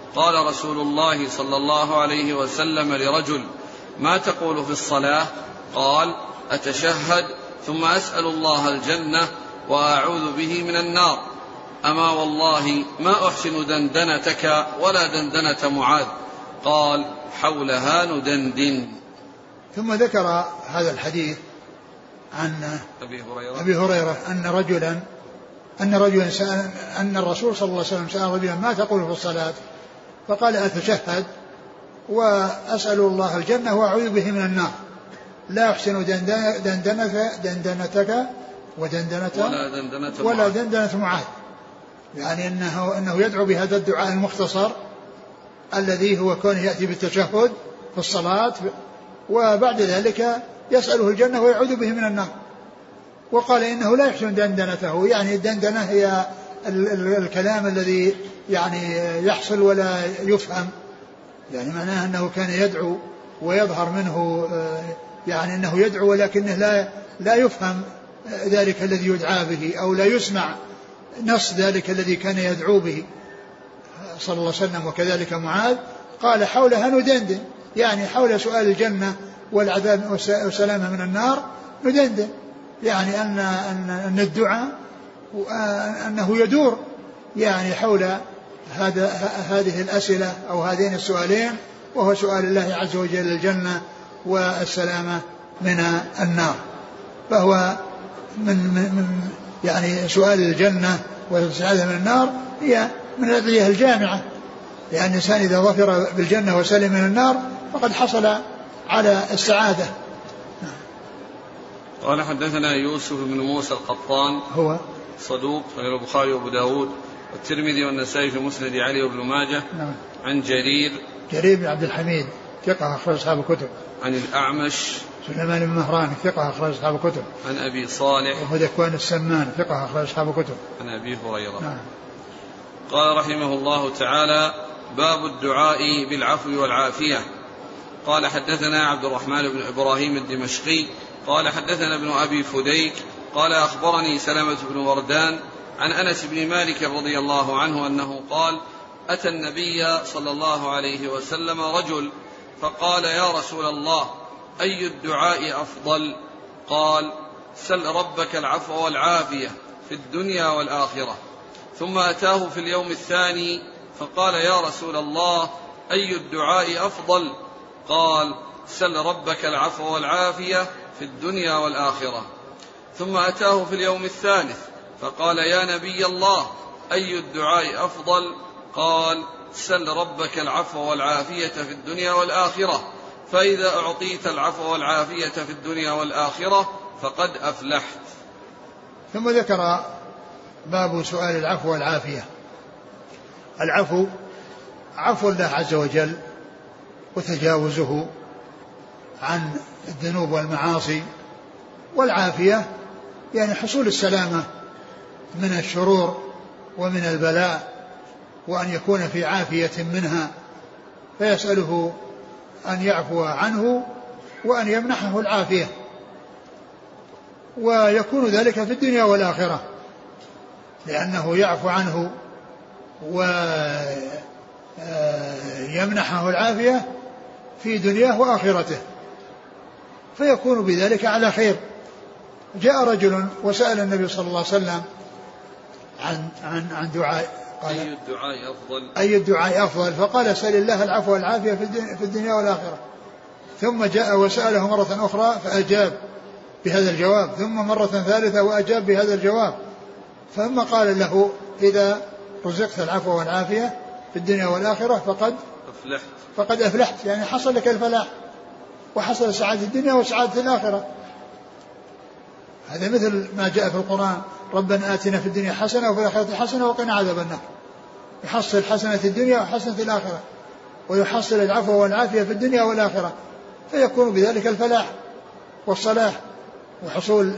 قال رسول الله صلى الله عليه وسلم لرجل: ما تقول في الصلاة؟ قال: أتشهد ثم أسأل الله الجنة وأعوذ به من النار. أما والله ما أحسن دندنتك ولا دندنة معاذ. قال: حولها ندندن. ثم ذكر هذا الحديث عن أبي هريرة, أبي هريرة أن رجلا أن رجلا سأل أن الرسول صلى الله عليه وسلم سأل رجلا: ما تقول في الصلاة؟ فقال: أتشهد وأسأل الله الجنة وأعوذ به من النار، لا أحسن دندنة دندنتك ودندنة ولا دندنة ولا دندنة معاذ. يعني أنه أنه يدعو بهذا الدعاء المختصر الذي هو كونه يأتي بالتشهد في الصلاة، وبعد ذلك يسأله الجنة ويعوذ به من النار. وقال إنه لا يحسن دندنته، يعني الدندنة هي الكلام الذي يعني يحصل ولا يفهم، يعني معناه أنه كان يدعو ويظهر منه يعني أنه يدعو ولكنه لا لا يفهم ذلك الذي يدعى به، أو لا يسمع نص ذلك الذي كان يدعو به صلى الله عليه وسلم. وكذلك معاذ قال: حولها ندندن، يعني حول سؤال الجنة والعذاب والسلامة من النار ندندن، يعني أن أن الدعاء أنه يدور يعني حول هذا هذه الأسئلة أو هذين السؤالين، وهو سؤال الله عز وجل الجنة والسلامة من النار. فهو من, من يعني سؤال الجنة والسعادة من النار هي من الأدعية الجامعة، لأن الإنسان إذا ظفر بالجنة وسلم من النار فقد حصل على السعادة. قال: حدثنا يوسف بن موسى القطان، هو صدوق، غير البخاري وابو داود والترمذي والنسائي في مسند علي وابن ماجه. نعم. عن جرير جرير بن عبد الحميد ثقة أخرج أصحاب الكتب. عن الأعمش سليمان بن مهران ثقة أخرج أصحاب الكتب. عن أبي صالح وهو ذكوان السمان ثقة أخرج أصحاب الكتب. عن أبي هريرة. نعم. قال رحمه الله تعالى: باب الدعاء بالعفو والعافية. قال: حدثنا عبد الرحمن بن إبراهيم الدمشقي قال: حدثنا ابن أبي فديك قال: أخبرني سلمة بن وردان عن أنس بن مالك رضي الله عنه أنه قال: أتى النبي صلى الله عليه وسلم رجل فقال: يا رسول الله، أي الدعاء أفضل؟ قال: سل ربك العفو والعافية في الدنيا والآخرة. ثم أتاه في اليوم الثاني فقال: يا رسول الله، أي الدعاء أفضل؟ قال: سل ربك العفو والعافية في الدنيا والآخرة. ثم أتاه في اليوم الثالث فقال: يا نبي الله، أي الدعاء أفضل؟ قال: سل ربك العفو والعافية في الدنيا والآخرة، فإذا أعطيت العفو والعافية في الدنيا والآخرة فقد أفلحت. ثم ذكر باب سؤال العفو والعافية. العفو عفو الله عز وجل وتجاوزه عن الذنوب والمعاصي، والعافية يعني حصول السلامة من الشرور ومن البلاء، وأن يكون في عافية منها، فيسأله أن يعفو عنه وأن يمنحه العافية، ويكون ذلك في الدنيا والآخرة، لأنه يعفو عنه ويمنحه العافية في دنياه وآخرته، فيكون بذلك على خير. جاء رجل وسأل النبي صلى الله عليه وسلم عن عن عن دعاء، قال: أي الدعاء أفضل؟ أي الدعاء أفضل؟ فقال: سل الله العفو والعافية في الدنيا والآخرة. ثم جاء وسأله مرة أخرى فأجاب بهذا الجواب، ثم مرة ثالثة وأجاب بهذا الجواب، ثم قال له: إذا رزقت العفو والعافية في الدنيا والآخرة فقد أفلحت. فقد أفلحت، يعني حصل لك الفلاح وحصل سعادة الدنيا وسعادة الآخرة. هذا مثل ما جاء في القرآن: ربنا آتنا في الدنيا حسنة وفي الآخرة حسنة وقنا عذاب النار. يحصل حسنة الدنيا وحسنة الآخرة، ويحصل العفو والعافية في الدنيا والآخرة، فيكون بذلك الفلاح والصلاح وحصول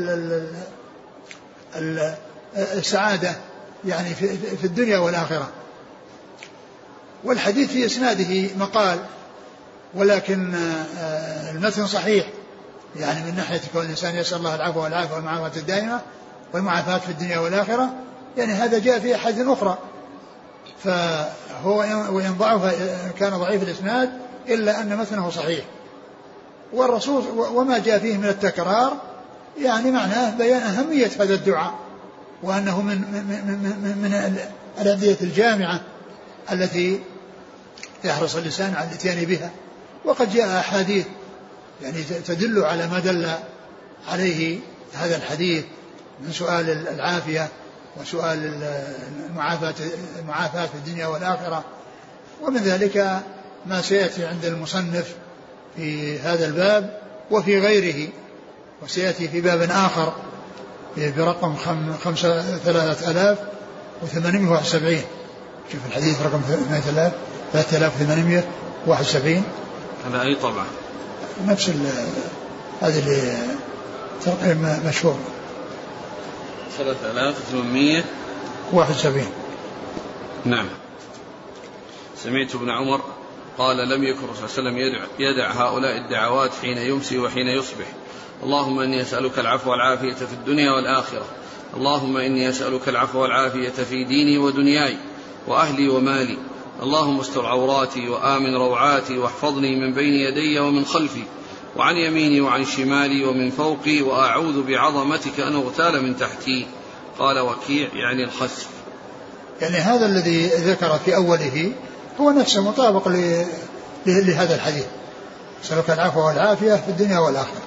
السعادة يعني في الدنيا والآخرة. والحديث في إسناده مقال، ولكن المتن صحيح، يعني من ناحية كون الإنسان يسأل الله العفو والعافية والمعافاة الدائمة والمعافاة في الدنيا والآخرة، يعني هذا جاء في أحاديث أخرى فهو وإن ضعف كان ضعيف الإسناد إلا أن متنه صحيح. والرسول وما جاء فيه من التكرار يعني معناه بيان أهمية هذا الدعاء، وأنه من من من, من الأدعية الجامعة التي يحرص اللسان على الاتيان بها. وقد جاء أحاديث يعني تدل على ما دل عليه هذا الحديث من سؤال العافية وسؤال المعافاة المعافاة في الدنيا والآخرة. ومن ذلك ما سيأتي عند المصنف في هذا الباب وفي غيره، وسيأتي في باب آخر برقم خمسة ثلاثة آلاف وثمانمائة وواحد وسبعين. شوف الحديث رقم ثلاثة آلاف وثمانمائة وواحد وسبعين. هذا أي طبعا نفس هذا اللي ترقيم مشهور ثلاثة آلاف وثمانمائة وواحد وسبعين. نعم. سمعت ابن عمر قال لم يكن الرسول صلى الله عليه وسلم يدع, يدع هؤلاء الدعوات حين يمسي وحين يصبح: اللهم إني أسألك العفو والعافية في الدنيا والآخرة، اللهم إني أسألك العفو والعافية في ديني ودنياي وأهلي ومالي، اللهم استر عوراتي وآمن روعاتي واحفظني من بين يدي ومن خلفي وعن يميني وعن شمالي ومن فوقي، وأعوذ بعظمتك أن أغتال من تحتي. قال وكيع يعني الخسف. يعني هذا الذي ذكر في أوله هو نفسه مطابق لهذا الحديث: أسألك العفو والعافية في الدنيا والآخرة.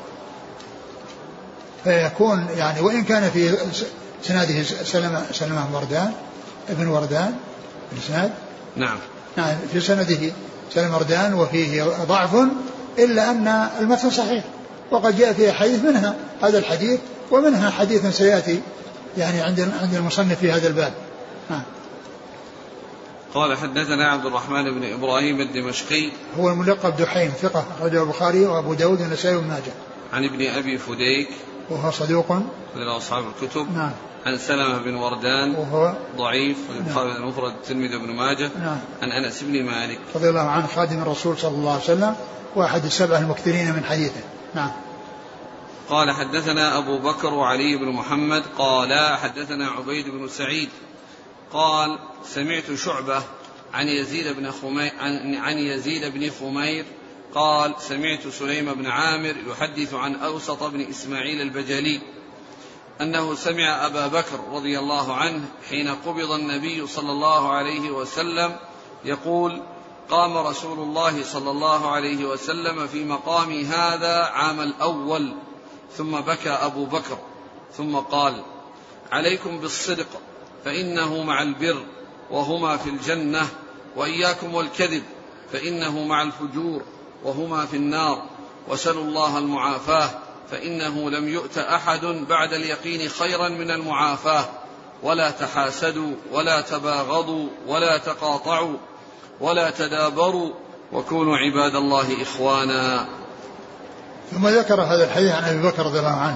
فيكون يعني وإن كان في سناده سلمة سلمة وردان ابن وردان الإسناد، نعم نعم في سنده سلمة وردان وفيه ضعف، إلا أن المتن صحيح، وقد جاء فيه حديث منها هذا الحديث ومنها حديث سيأتي يعني عند عند المصنف في هذا الباب. ها. قال حدثنا عبد الرحمن بن إبراهيم الدمشقي هو الملقب دحيم ثقة أخرجه البخاري وأبو داود والنسائي وابن ماجه. عن ابن أبي فديك وهو صدوق من أصحاب الكتب. نعم. عن سلمة بن وردان وهو ضعيف والبخاري نعم. المفرد الترمذي وابن ماجه. نعم. عن أنس بن مالك رضي الله عنه خادم الرسول صلى الله عليه وسلم واحد السبع المكثرين من حديثه. نعم. قال حدثنا أبو بكر وعلي بن محمد قال حدثنا عبيد بن سعيد قال سمعت شعبة عن يزيد بن خمير عن, عن يزيد بن خمير قال سمعت سليم بن عامر يحدث عن أوسط بن إسماعيل البجلي أنه سمع أبا بكر رضي الله عنه حين قبض النبي صلى الله عليه وسلم يقول: قام رسول الله صلى الله عليه وسلم في مقامي هذا عام الأول، ثم بكى أبو بكر ثم قال: عليكم بالصدق فإنه مع البر وهما في الجنة، وإياكم والكذب فإنه مع الفجور وهما في النار، وسلوا الله المعافاة فإنه لم يؤت أحد بعد اليقين خيرا من المعافاة، ولا تحاسدوا ولا تباغضوا ولا تقاطعوا ولا تدابروا وكونوا عباد الله إخوانا. ثم ذكر هذا الحديث عن أبي بكر رضي الله عنه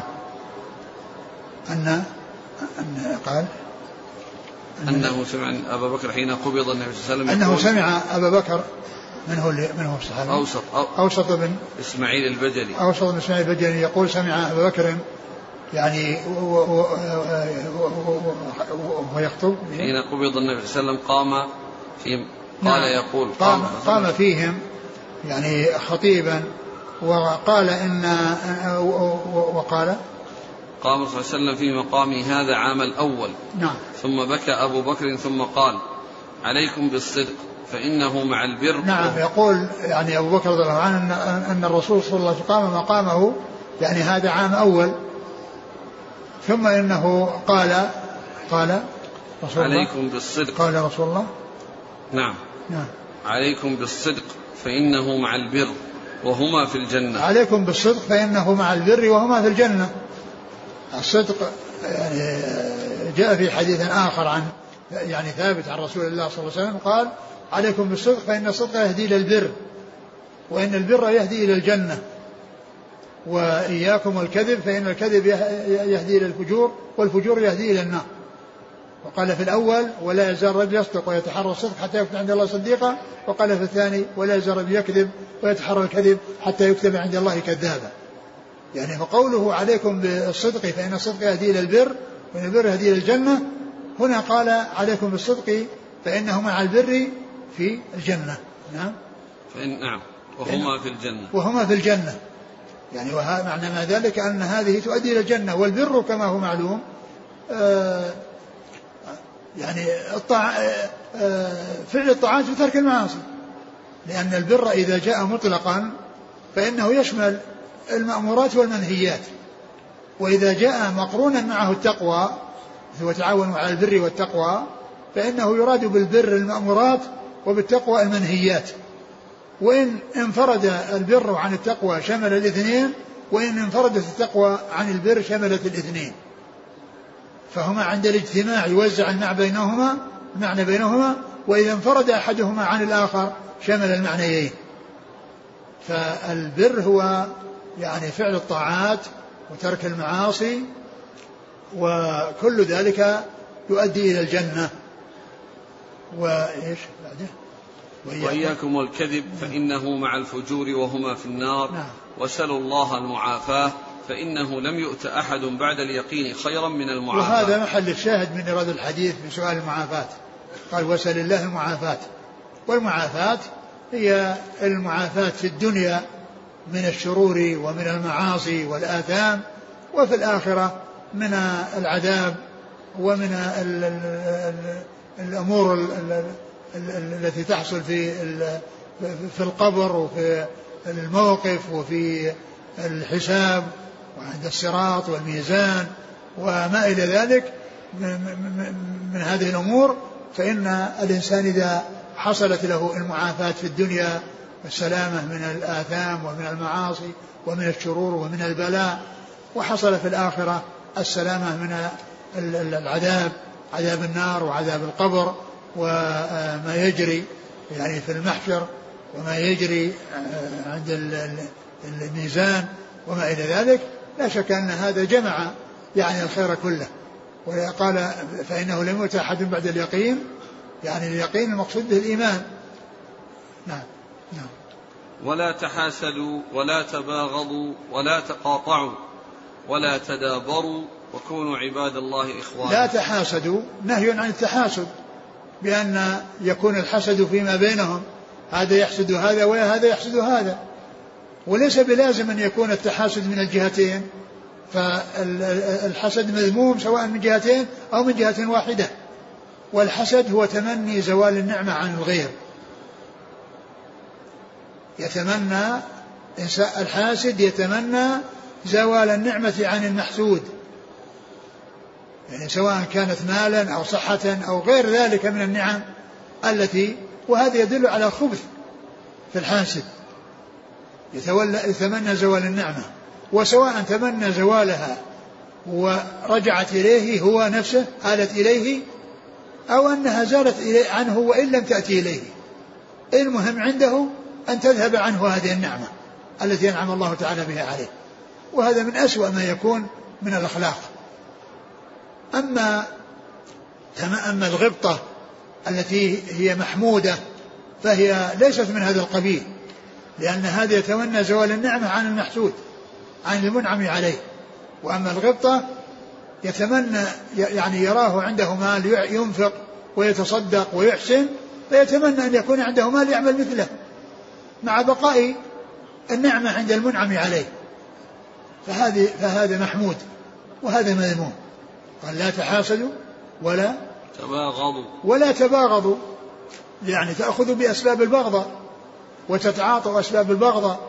أن أن قال أنه سمع أبا بكر حين قبض النبي صلى الله عليه وسلم أنه سمع أبا بكر من هو من هو الصحابي أوسط أو أوسط بن إسماعيل البجلي أوسط بن إسماعيل البجلي يقول سمع أبا بكر يعني وهو يخطب حين قبض النبي صلى الله عليه وسلم قام في قال نعم يقول قام, قام فيهم يعني خطيبا وقال إن وقال قام صلى الله عليه وسلم في مقامي هذا عام الأول. نعم. ثم بكى أبو بكر ثم قال: عليكم بالصدق فإنه مع البر. نعم. يقول يعني أبو بكر رضي الله عنه أن, أن الرسول صلى الله عليه وسلم قام مقامه يعني هذا عام أول، ثم إنه قال قال رسول الله عليكم بالصدق قال رسول الله نعم نعم عليكم بالصدق فإنه مع البر وهما في الجنة. عليكم بالصدق فإنه مع البر وهما في الجنة. الصدق يعني جاء في حديث آخر عن يعني ثابت عن رسول الله صلى الله عليه وسلم قال: عليكم بالصدق فإن الصدق يهدي إلى البر وإن البر يهدي إلى الجنة، وإياكم والكذب فإن الكذب يهدي إلى الفجور والفجور يهدي إلى النار. وقال في الأول: ولا يزال الرجل يصدق ويتحرى الصدق حتى يكتب عند الله صديقا. وقال في الثاني: ولا يزال الرجل يكذب ويتحرى الكذب حتى يكتب عند الله كذابا. يعني فقوله عليكم بالصدق فإن الصدق يهدي إلى البر وإن البر يهدي إلى الجنة، هنا قال عليكم بالصدق فإنه مع البر في الجنة. نعم فإن نعم وهما في الجنة وهما في الجنة يعني وهذا معنى ما ذلك أن هذه تؤدي إلى الجنة. والبر كما هو معلوم آه يعني الطاع آه فعل الطاعات وترك المعاصي، لأن البر إذا جاء مطلقا فإنه يشمل المأمورات والمنهيات، وإذا جاء مقرونا معه التقوى وتعاونوا على البر والتقوى فإنه يراد بالبر المأمورات وبالتقوى المنهيات. وإن انفرد البر عن التقوى شمل الاثنين، وإن انفردت التقوى عن البر شملت الاثنين، فهما عند الاجتماع يوزع المعنى بينهما المعنى بينهما وإذا انفرد أحدهما عن الآخر شمل المعنيين. فالبر هو يعني فعل الطاعات وترك المعاصي، وكل ذلك يؤدي إلى الجنة. وإيش بعده؟ وإياكم والكذب فإنه مع الفجور وهما في النار. نعم. وسلوا الله المعافاة فإنه لم يؤت أحد بعد اليقين خيرا من المعافاة. وهذا محل الشاهد من إيراد الحديث بسؤال المعافاة. قال وسل الله المعافاة، والمعافاة هي المعافاة في الدنيا من الشرور ومن المعاصي والآثام، وفي الآخرة من العذاب ومن ال ال ال الأمور ال ال ال التي تحصل في في القبر وفي الموقف وفي الحساب وعند الصراط والميزان وما إلى ذلك من هذه الأمور. فإن الإنسان إذا حصلت له المعافاة في الدنيا والسلامة من الآثام ومن المعاصي ومن الشرور ومن البلاء، وحصل في الآخرة السلامة من العذاب، عذاب النار وعذاب القبر وما يجري يعني في المحشر وما يجري عند الميزان وما إلى ذلك، لا شك أن هذا جمع يعني الخير كله. وقال فإنه لم يؤت أحد بعد اليقين، يعني اليقين المقصود به الإيمان. نعم نعم. ولا تحاسدوا ولا تباغضوا ولا تقاطعوا ولا تدابروا وكونوا عباد الله إخوانا. لا تحاسدوا نهي عن التحاسد، بأن يكون الحسد فيما بينهم، هذا يحسد هذا وهذا يحسد هذا، وليس بلازم أن يكون التحاسد من الجهتين، فالحسد مذموم سواء من جهتين أو من جهة واحدة. والحسد هو تمني زوال النعمة عن الغير، يتمنى الحاسد يتمنى زوال النعمة عن المحسود، يعني سواء كانت مالا أو صحة أو غير ذلك من النعم التي، وهذا يدل على خبث في الحاسد، يتمنى زوال النعمة، وسواء تمنى زوالها ورجعت إليه هو نفسه آلت إليه أو أنها زالت إليه عنه وإن لم تأتي إليه، المهم عنده أن تذهب عنه هذه النعمة التي أنعم الله تعالى بها عليه، وهذا من أسوأ ما يكون من الأخلاق. أما أما الغبطة التي هي محمودة فهي ليست من هذا القبيل، لأن هذا يتمنى زوال النعمة عن المحسود عن المنعم عليه. وأما الغبطة يتمنى يعني يراه عنده مال ينفق ويتصدق ويحسن، فيتمنى أن يكون عنده مال يعمل مثله مع بقاء النعمة عند المنعم عليه، فهذه فهذا محمود وهذا مذموم. قال لا تحاسدوا ولا تباغضوا ولا تباغضوا، يعني تأخذوا بأسباب البغضة وتتعاطوا أسباب البغضة،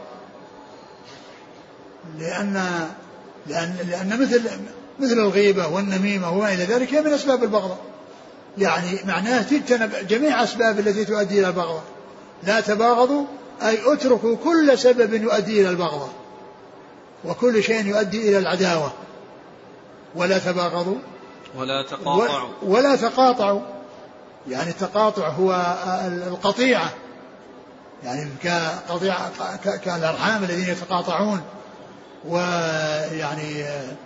لأن لأن لأن مثل مثل الغيبة والنميمة وما إلى ذلك هي من أسباب البغضة، يعني معناه تجتنب جميع أسباب التي تؤدي إلى البغضة. لا تباغضوا أي اتركوا كل سبب يؤدي إلى البغضة وكل شيء يؤدي إلى العداوة. ولا تباغضوا ولا تقاطعوا ولا تقاطعوا، يعني التقاطع هو القطيعة، يعني كقطيعة كالأرحام الذين يتقاطعون، ويعني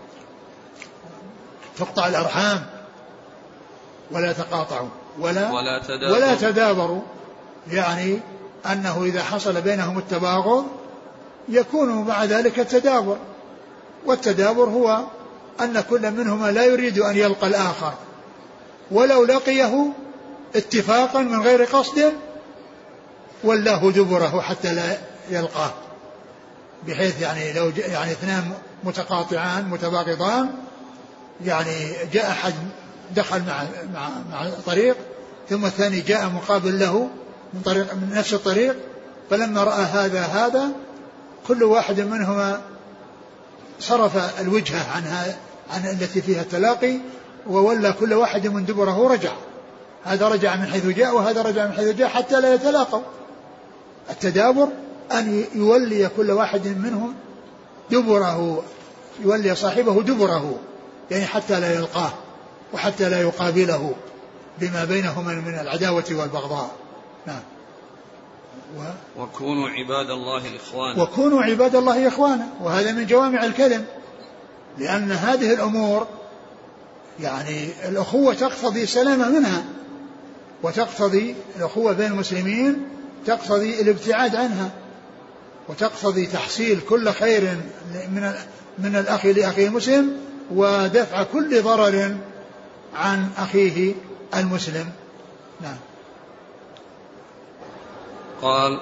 تقطع الأرحام. ولا تقاطعوا ولا ولا تدابروا, ولا تدابروا، يعني أنه إذا حصل بينهم التباغض يكون مع ذلك التدابر. والتدابر هو أن كل منهما لا يريد أن يلقى الآخر، ولو لقيه اتفاقا من غير قصد ولاه دبره حتى لا يلقاه، بحيث يعني لو يعني اثنان متقاطعان متباغضان، يعني جاء أحد دخل مع, مع, مع طريق ثم الثاني جاء مقابل له من طريق من نفس الطريق، فلما رأى هذا هذا كل واحد منهما صرف الوجهة عنها عن التي فيها التلاقي وولى كل واحد من دبره رجع، هذا رجع من حيث جاء وهذا رجع من حيث جاء حتى لا يتلاقوا. التدابر أن يولي كل واحد منهم دبره، يولي صاحبه دبره، يعني حتى لا يلقاه وحتى لا يقابله بما بينهما من العداوة والبغضاء. نعم. و... وكونوا عباد الله إخوانا، وكونوا عباد الله إخوانا، وهذا من جوامع الكلم، لأن هذه الأمور يعني الأخوة تقتضي السلامة منها، وتقتضي الأخوة بين المسلمين تقتضي الابتعاد عنها، وتقتضي تحصيل كل خير من من الأخ لأخيه المسلم ودفع كل ضرر عن أخيه المسلم. نعم. قال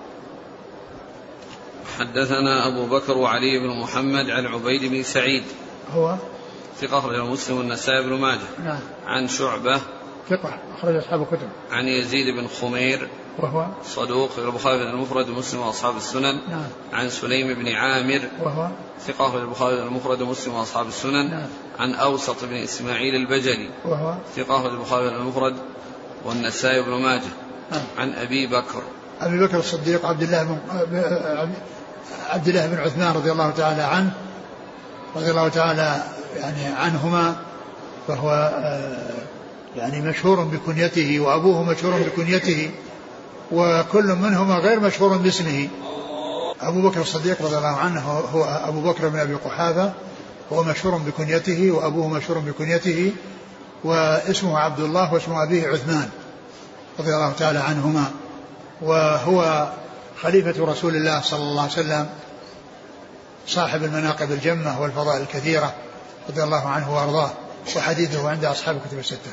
حدثنا أبو بكر وعلي بن محمد عن عبيد بن سعيد هو ثقة أخرج مسلم والنسائي بن ماجه. نعم. عن شعبة ثقة أخرج أصحاب الكتب. عن يزيد بن خمير وهو صدوق في البخاري المفرد ومسلم وأصحاب السنن. نعم. عن سليم بن عامر وهو ثقة أخرج البخاري المفرد ومسلم وأصحاب السنن. نعم. عن أوسط بن إسماعيل البجلي وهو ثقة أخرج البخاري المفرد والنسائي بن ماجه. نعم. عن أبي بكر أبي بكر الصديق عبد الله بن عبد الله بن عثمان رضي الله تعالى عنه رضي الله تعالى يعني عنهما، فهو يعني مشهور بكنيته وأبوه مشهور بكنيته، وكل منهما غير مشهور باسمه. أبو بكر الصديق رضي الله عنه هو أبو بكر بن أبي قحافة، هو مشهور بكنيته وأبوه مشهور بكنيته، واسمه عبد الله واسم أبيه عثمان رضي الله تعالى عنهما، وهو خليفة رسول الله صلى الله عليه وسلم صاحب المناقب الجمة والفضائل الكثيرة رضي الله عنه وأرضاه، وحديثه عند أصحاب الكتب الستة.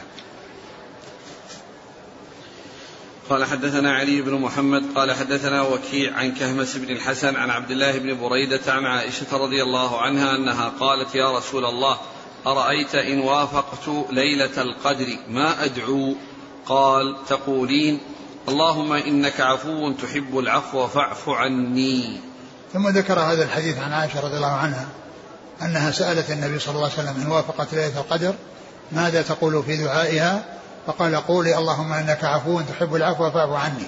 قال حدثنا علي بن محمد قال حدثنا وكيع عن كهمس بن الحسن عن عبد الله بن بريدة عن عائشة رضي الله عنها أنها قالت يا رسول الله أرأيت إن وافقت ليلة القدر ما أدعو؟ قال تقولين اللهم إنك عفو تحب العفو فاعف عني. ثم ذكر هذا الحديث عن عائشة رضي الله عنها أنها سألت النبي صلى الله عليه وسلم إن وافقت ليلة القدر ماذا تقول في دعائها؟ فقال قولي اللهم إنك عفو تحب العفو فاعف عني.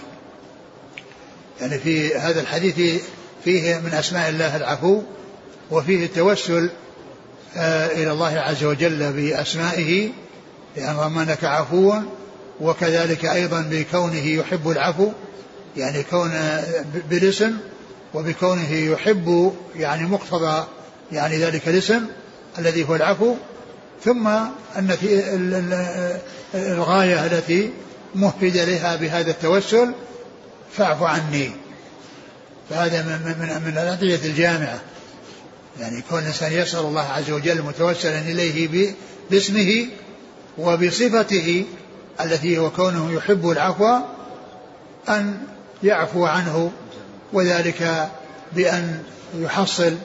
يعني في هذا الحديث فيه من أسماء الله العفو، وفيه التوسل آه إلى الله عز وجل بأسمائه لأن اللهم إنك عفو، وكذلك أيضا بكونه يحب العفو، يعني كون بالاسم، وبكونه يحب يعني مقتضى يعني ذلك الاسم الذي هو العفو. ثم أن في الغاية التي مهد لها بهذا التوسل فاعف عني، فهذا من, من, من الأدعية الجامعة، يعني كون الإنسان يسأل الله عز وجل متوسلا إليه باسمه وبصفته التي هو كونه يحب العفو أن يعفو عنه، وذلك بأن يحصل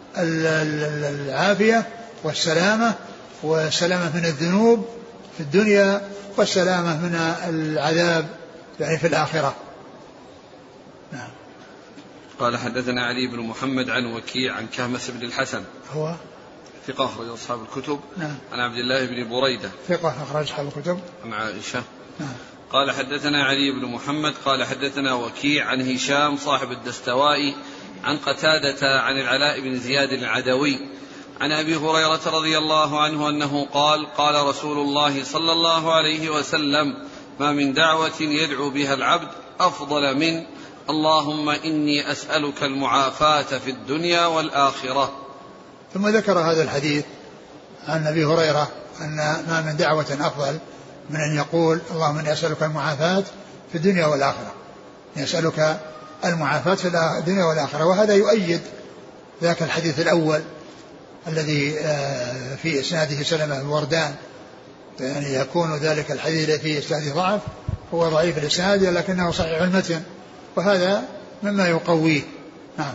العافية والسلامة، والسلامة من الذنوب في الدنيا والسلامة من العذاب يعني في الآخرة. نعم. قال حدثنا علي بن محمد عن وكيع عن كهمس بن الحسن هو ثقة أخرج أصحاب الكتب. نعم. عن عبد الله بن بريدة ثقة أخرج أصحاب الكتب. عن عائشة. نعم. قال حدثنا علي بن محمد قال حدثنا وكيع عن هشام صاحب الدستوائي عن قتادة عن العلاء بن زياد العدوي عن أبي هريرة رضي الله عنه أنه قال قال رسول الله صلى الله عليه وسلم ما من دعوة يدعو بها العبد أفضل من اللهم إني أسألك المعافاة في الدنيا والآخرة. ثم ذكر هذا الحديث عن أبي هريرة أن ما من دعوة أفضل من أن يقول اللهم إني أسألك المعافاة في الدنيا والآخرة، يسألك المعافاة في الدنيا والآخرة. وهذا يؤيد ذاك الحديث الأول الذي في إسناده سلمة بن وردان يعني يكون ذلك الحديث فيه إسناد ضعف هو ضعيف الإسناد لكنه صحيح المتن، وهذا مما يقويه. نعم.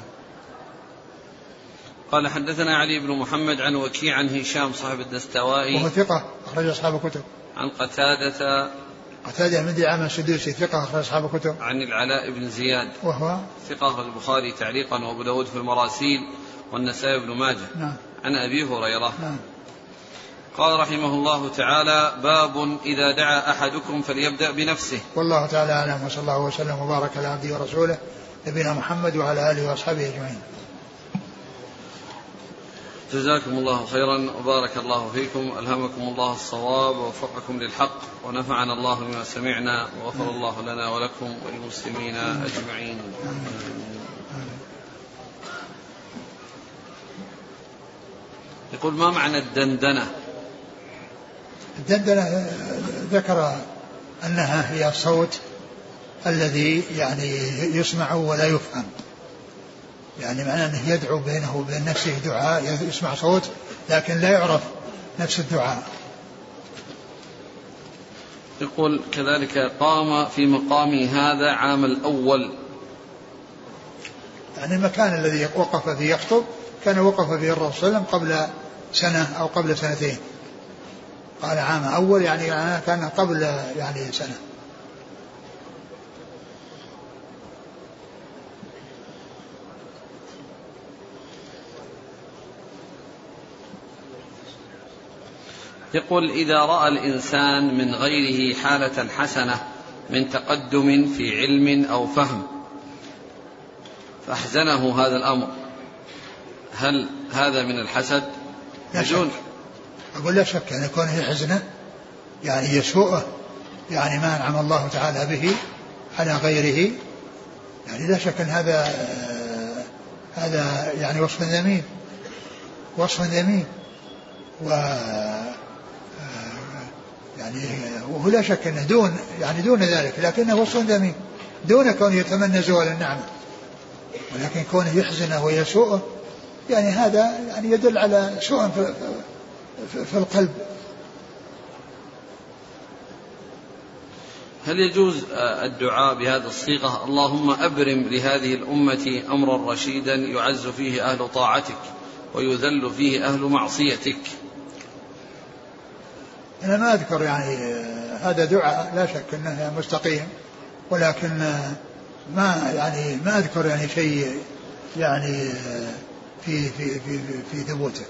قال حدثنا علي بن محمد عن وكيع عن هشام صاحب الدستوائي وهو ثقة أخرج أصحاب الكتب. عن قتادة قتادة بن دعامة السدوسي ثقة أخرج أصحاب الكتب. عن العلاء بن زياد وهو ثقة البخاري تعليقا وأبو داود في المراسيل والنسائي بن ماجه. نعم. عن أبي هريرة. نعم. قال رحمه الله تعالى: باب إذا دعا أحدكم فليبدأ بنفسه. والله تعالى أعلم، وصلى الله وسلم وبارك على عبده ورسوله نبينا محمد وعلى آله وأصحابه أجمعين. جزاكم الله خيرا وبارك الله فيكم، ألهمكم الله الصواب ووفقكم للحق، ونفعنا الله بما سمعنا، وغفر الله لنا ولكم وللمسلمين أجمعين. يقول: ما معنى الدندنة؟ الدندنة ذكر أنها هي الصوت الذي يعني يسمع ولا يفهم، يعني معناه أنه يدعو بينه وبين نفسه دعاء، يسمع صوت لكن لا يعرف نفس الدعاء. يقول كذلك: قام في مقامي هذا عام الأول. يعني المكان الذي وقف فيه يخطب كان وقف فيه الرسول صلى الله عليه وسلم قبل سنة أو قبل سنتين. قال عام أول يعني كان قبل يعني سنة. يقول: إذا رأى الإنسان من غيره حالة حسنة من تقدم في علم أو فهم فأحزنه هذا الأمر، هل هذا من الحسد؟ لا شك. أقول لا شك أن يكون هي حزنه يعني يسوءه، يعني ما أنعم الله تعالى به على غيره، يعني لا شك أن هذا هذا يعني وصف ذميم، وصف ذميم، و يعني وهو لا شك أنه دون يعني دون ذلك، لكنه وصف ذميم دون كونه يتمنى زوال النعمة، ولكن كونه يحزنه ويسوءه يعني هذا يعني يدل على سوء في, في, في القلب. هل يجوز الدعاء بهذه الصيغة: اللهم أبرم لهذه الأمة أمرا رشيدا يعز فيه أهل طاعتك ويذل فيه أهل معصيتك؟ أنا ما أذكر يعني هذا دعاء لا شك أنه مستقيم، ولكن ما يعني ما أذكر يعني شيء يعني في في في في ثبوته.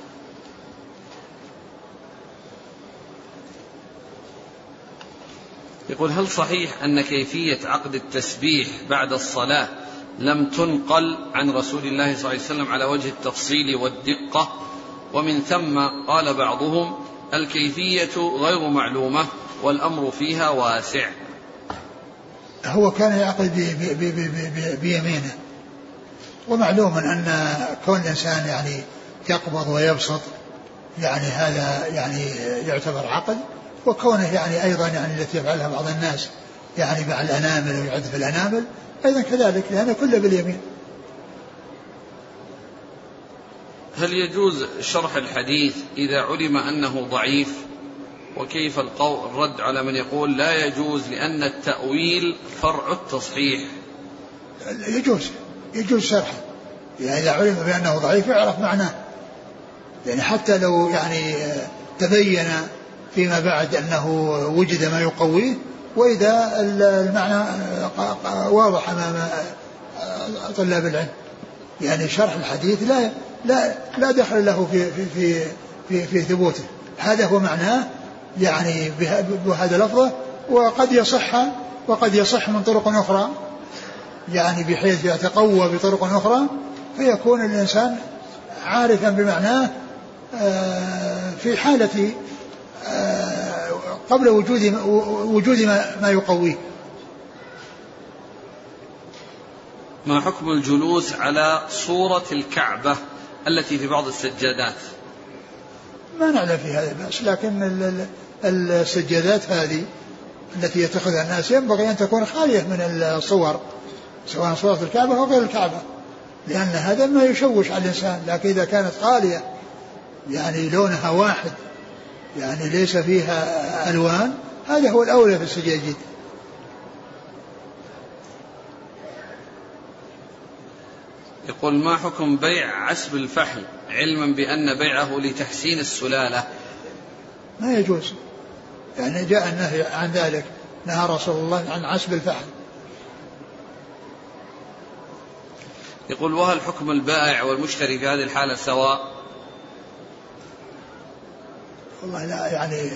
يقول: هل صحيح أن كيفية عقد التسبيح بعد الصلاة لم تنقل عن رسول الله صلى الله عليه وسلم على وجه التفصيل والدقة، ومن ثم قال بعضهم الكيفية غير معلومة والأمر فيها واسع؟ هو كان يعقد بيمينه، ومعلوم أن كون الإنسان يعني يقبض ويبسط يعني هذا يعني يعتبر عقد، وكونه يعني أيضا يعني التي يفعلها بعض الناس يعني مع الأنامل ويعد في الأنامل أيضا كذلك، لأنه كله باليمين. هل يجوز شرح الحديث إذا علم أنه ضعيف؟ وكيف القول الرد على من يقول لا يجوز لأن التأويل فرع التصحيح؟ يجوز يجوز شرحه، يعني إذا علم بأنه ضعيف يعرف معناه، يعني حتى لو يعني تبين فيما بعد أنه وجد ما يقويه، وإذا المعنى واضح أمام طلاب العلم، يعني شرح الحديث لا لا لا دخل له في في في في, في ثبوته، هذا هو معناه يعني بهذا لفظه، وقد يصح وقد يصح من طرق أخرى، يعني بحيث يتقوى بطرق أخرى فيكون الإنسان عارفا بمعناه في حالة قبل وجود وجود ما يقويه. ما حكم الجلوس على صورة الكعبة التي في بعض السجادات؟ ما نعلم في هذا بأس، لكن السجادات هذه التي يتخذها الناس ينبغي أن تكون خالية من الصور، سواء صورة الكعبة أو غير الكعبة، لأن هذا ما يشوش على الإنسان، لكن إذا كانت خالية يعني لونها واحد يعني ليس فيها ألوان، هذا هو الأولى في السجاجيد. يقول ما حكم بيع عسب الفحل علما بأن بيعه لتحسين السلالة؟ ما يجوز، يعني جاء النهي عن ذلك، نهى رسول الله عن عسب الفحل. يقول وهل حكم البائع والمشتري في هذه الحالة سواء؟ والله لا، يعني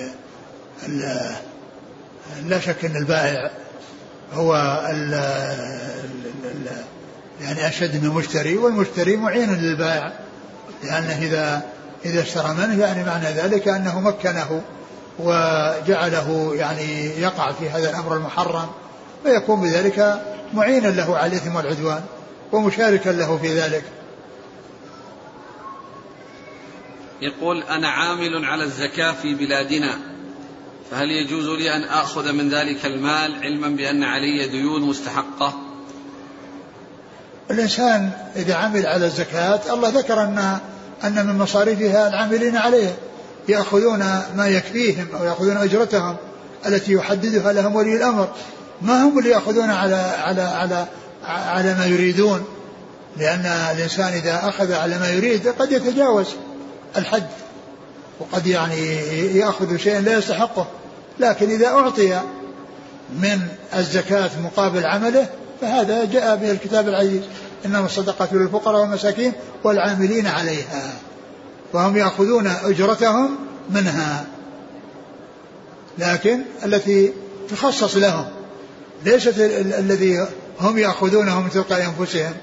لا شك أن البائع هو ال ال يعني أشد من المشتري، والمشتري معين للبائع، لأنه إذا إذا اشترى منه يعني معنى ذلك أنه مكنه وجعله يعني يقع في هذا الأمر المحرم، ويكون بذلك معينا له على الإثم والعدوان ومشاركا له في ذلك. يقول أنا عامل على الزكاة في بلادنا، فهل يجوز لي أن آخذ من ذلك المال علما بأن علي ديون مستحقة؟ الإنسان إذا عمل على الزكاة الله ذكر أن أن من مصاريفها العاملين عليها يأخذون ما يكفيهم أو يأخذون أجرتهم التي يحددها لهم ولي الأمر، ما هم اللي يأخذون على على على على ما يريدون، لأن الإنسان إذا أخذ على ما يريد قد يتجاوز الحد وقد يعني يأخذ شيئا لا يستحقه، لكن إذا أعطي من الزكاة مقابل عمله فهذا جاء به الكتاب العزيز، إنما الصدقات للفقراء والمساكين والعاملين عليها، وهم يأخذون أجرتهم منها، لكن التي تخصص لهم ليست الذي هم يأخذونه من تلقاء أنفسهم.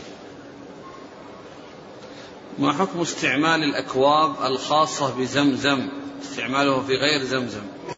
ما حكم استعمال الأكواب الخاصة بزمزم استعماله في غير زمزم؟